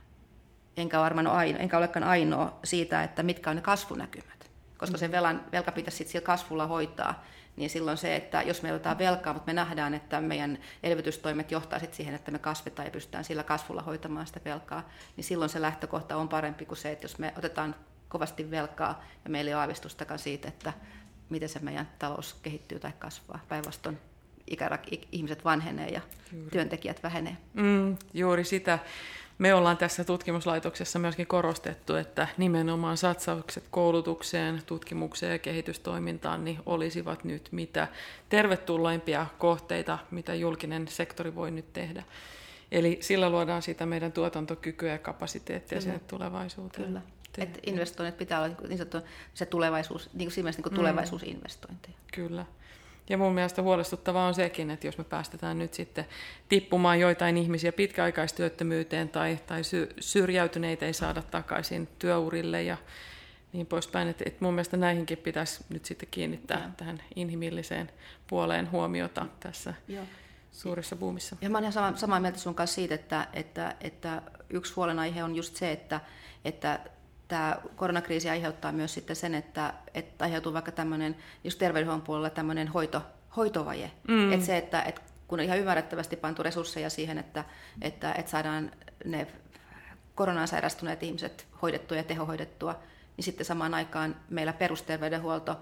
enkä, varmaan ole ainoa, enkä olekaan ainoa siitä, että mitkä on ne kasvunäkymät, koska se velan, velka pitäisi sitten sillä kasvulla hoitaa. Niin silloin se, että jos me otetaan velkaa, mutta me nähdään, että meidän elvytystoimet johtaa sitten siihen, että me kasvetaan ja pystytään sillä kasvulla hoitamaan sitä velkaa, niin silloin se lähtökohta on parempi kuin se, että jos me otetaan kovasti velkaa ja meillä ei ole aavistustakaan siitä, että miten se meidän talous kehittyy tai kasvaa. Päinvastoin ihmiset vanhenee ja juuri. Työntekijät vähenee. Mm, juuri sitä. Me ollaan tässä tutkimuslaitoksessa myöskin korostettu, että nimenomaan satsaukset koulutukseen, tutkimukseen ja kehitystoimintaan niin olisivat nyt mitä tervetulleimpia kohteita, mitä julkinen sektori voi nyt tehdä. Eli sillä luodaan sitä meidän tuotantokykyä ja kapasiteettia sinne tulevaisuuteen. Kyllä. Että investoinnit pitää olla niin sanottu, se tulevaisuus, niin kuin niin kuin tulevaisuusinvestointeja. Kyllä. Ja mun mielestä huolestuttavaa on sekin, että jos me päästetään nyt sitten tippumaan joitain ihmisiä pitkäaikaistyöttömyyteen tai, tai sy- syrjäytyneitä ei saada takaisin työurille ja niin poispäin. Että, että mun mielestä näihinkin pitäisi nyt sitten kiinnittää ja. tähän inhimilliseen puoleen huomiota tässä ja. suuressa buumissa. Ja mä olen ihan samaa mieltä sun kanssa siitä, että, että, että yksi huolenaihe on just se, että, että tämä koronakriisi aiheuttaa myös sitten sen, että, että aiheutuu vaikka tämmöinen, just terveydenhuollon puolella tämmöinen hoito, hoitovaje. Mm. Että se, että, että kun on ihan ymmärrettävästi pantu resursseja siihen, että, että, että saadaan ne koronaan sairastuneet ihmiset hoidettua ja tehohoidettua, niin sitten samaan aikaan meillä perusterveydenhuolto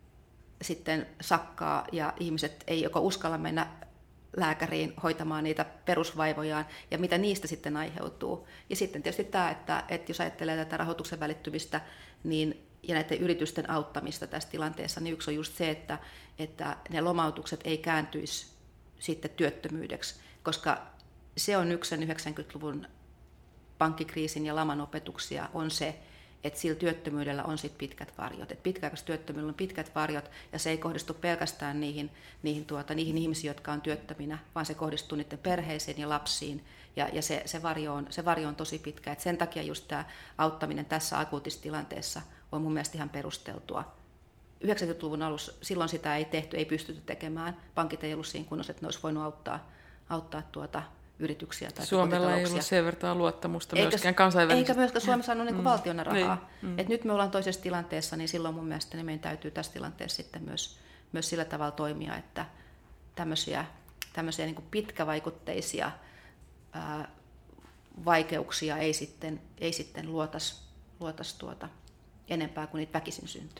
sitten sakkaa ja ihmiset ei joko uskalla mennä lääkäriin hoitamaan niitä perusvaivojaan ja mitä niistä sitten aiheutuu. Ja sitten tietysti tämä, että, että jos ajattelee tätä rahoituksen välittymistä niin, ja näiden yritysten auttamista tässä tilanteessa, niin yksi on just se, että, että ne lomautukset ei kääntyisi sitten työttömyydeksi, koska se on yksi sen yhdeksänkymmentäluvun pankkikriisin ja laman opetuksia on se, että sillä työttömyydellä on sit pitkät varjot. Et pitkäaikaistyöttömyydellä on pitkät varjot, ja se ei kohdistu pelkästään niihin, niihin, tuota, niihin ihmisiin, jotka on työttöminä, vaan se kohdistuu niiden perheisiin ja lapsiin, ja, ja se, se, varjo on, se varjo on tosi pitkä. Et sen takia just tämä auttaminen tässä akuutissa tilanteessa on mun mielestä ihan perusteltua. yhdeksänkymmentäluvun alussa silloin sitä ei tehty, ei pystytty tekemään. Pankit ei ollut siinä kunnossa, että ne olisi voinut auttaa, auttaa tuota, yrityksiä tai Suomella ei ollut sen verran luottamusta eikä, myöskään kansainvälisesti. Eikä myöskään Suomessa saanut niin valtiona rahaa. Niin. Mm. Et nyt me ollaan toisessa tilanteessa, niin silloin mun mielestä niin meidän täytyy tässä tilanteessa sitten myös, myös sillä tavalla toimia, että tämmöisiä, tämmöisiä niin kuin pitkävaikutteisia ää, vaikeuksia ei sitten, ei sitten luotaisi luotais tuota enempää kuin niitä väkisin syntyy.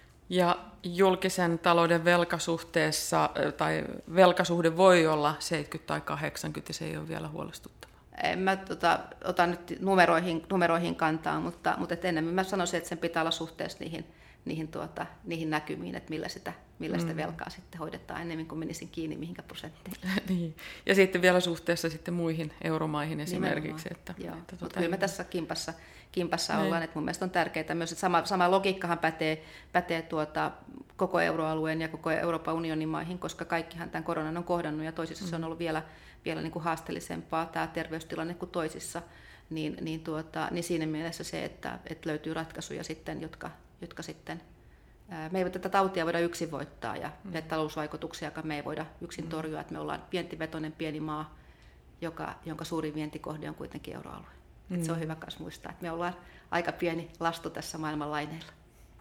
Ja julkisen talouden velkasuhteessa, tai velkasuhde voi olla seitsemänkymmentä tai kahdeksankymmentä, ja se ei ole vielä huolestuttavaa. En mä tota, otan nyt numeroihin, numeroihin kantaa, mutta, mutta enemmän mä sanoisin, että sen pitää olla suhteessa niihin, niihin, tuota, niihin näkymiin, että millä sitä, millä sitä mm. velkaa sitten hoidetaan, enemmän kuin menisin kiinni mihinkä prosenttiin. Niin. Ja sitten vielä suhteessa sitten muihin euromaihin esimerkiksi. Että, että mutta tuota, kyllä me tässä kimpassa, kimpassa ollaan, että mun mielestä on tärkeää myös, että sama, sama logiikkahan pätee, pätee tuota, koko euroalueen ja koko Euroopan unionin maihin, koska kaikkihan tämän koronan on kohdannut ja toisissa mm. se on ollut vielä, vielä niin kuin haasteellisempaa tämä terveystilanne kuin toisissa, niin, niin, tuota, niin siinä mielessä se, että, että löytyy ratkaisuja sitten, jotka, jotka sitten, ää, me ei tätä tautia voida yksin voittaa ja mm. näitä talousvaikutuksiakaan me ei voida yksin torjua, että me ollaan vientivetoinen pieni maa, joka, jonka suurin vientikohde on kuitenkin euroalue. Mm. Se on hyvä myös muistaa, että me ollaan aika pieni lastu tässä maailman laineilla.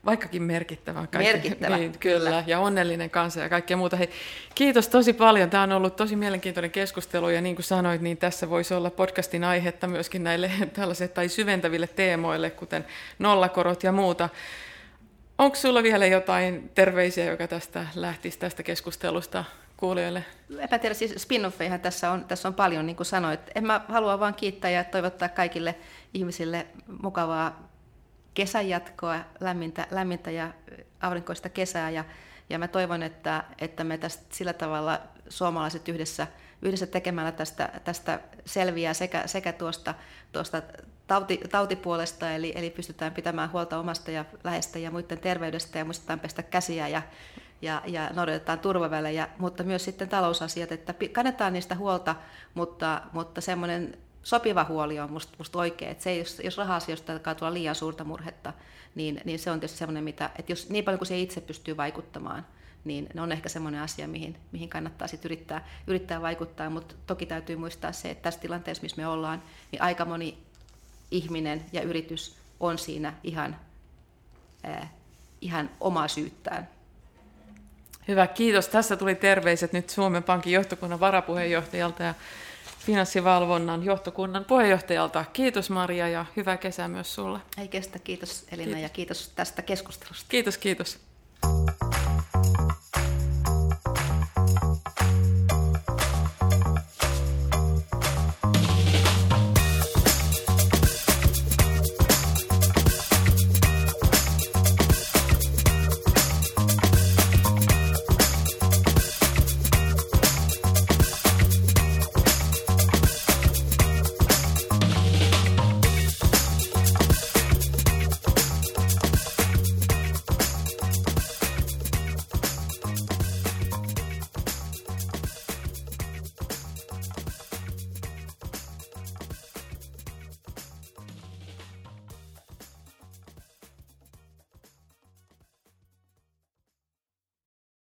vaikkakin merkittävä. Kaikki, merkittävä, niin, kyllä. kyllä. Ja onnellinen kanssa ja kaikkea muuta. Hei, kiitos tosi paljon. Tämä on ollut tosi mielenkiintoinen keskustelu ja niin kuin sanoit, niin tässä voisi olla podcastin aihetta myöskin näille tällaisille tai syventäville teemoille, kuten nollakorot ja muuta. Onko sulla vielä jotain terveisiä, joka tästä lähtisi tästä keskustelusta kuulijoille? Epä tiedä, siis spin-offeihan tässä on, tässä on paljon, niin kuin sanoit. En mä halua vaan kiittää ja toivottaa kaikille ihmisille mukavaa kesän jatkoa, lämmintä, lämmintä ja aurinkoista kesää. Ja, ja mä toivon, että, että me tästä sillä tavalla suomalaiset yhdessä, yhdessä tekemällä tästä, tästä selviää sekä, sekä tuosta, tuosta tauti, tautipuolesta, eli, eli pystytään pitämään huolta omasta ja läheistä ja muiden terveydestä ja muistetaan pestä käsiä ja, ja, ja noudatetaan turvavälejä, mutta myös sitten talousasiat, että kannetaan niistä huolta, mutta, mutta semmoinen sopiva huoli on musta, musta oikein, että se, jos, jos raha-asioista alkaa tulla liian suurta murhetta, niin, niin se on tietysti semmoinen, mitä, että jos niin paljon kuin se itse pystyy vaikuttamaan, niin ne on ehkä semmoinen asia, mihin, mihin kannattaa sit yrittää, yrittää vaikuttaa, mutta toki täytyy muistaa se, että tässä tilanteessa, missä me ollaan, niin aika moni ihminen ja yritys on siinä ihan, äh, ihan omaa syyttään. Hyvä, kiitos. Tässä tuli terveiset nyt Suomen Pankin johtokunnan varapuheenjohtajalta ja Finanssivalvonnan johtokunnan puheenjohtajalta. Kiitos Maria ja hyvää kesää myös sulle. Ei kestä, kiitos Elina kiitos. Ja kiitos tästä keskustelusta. Kiitos, kiitos.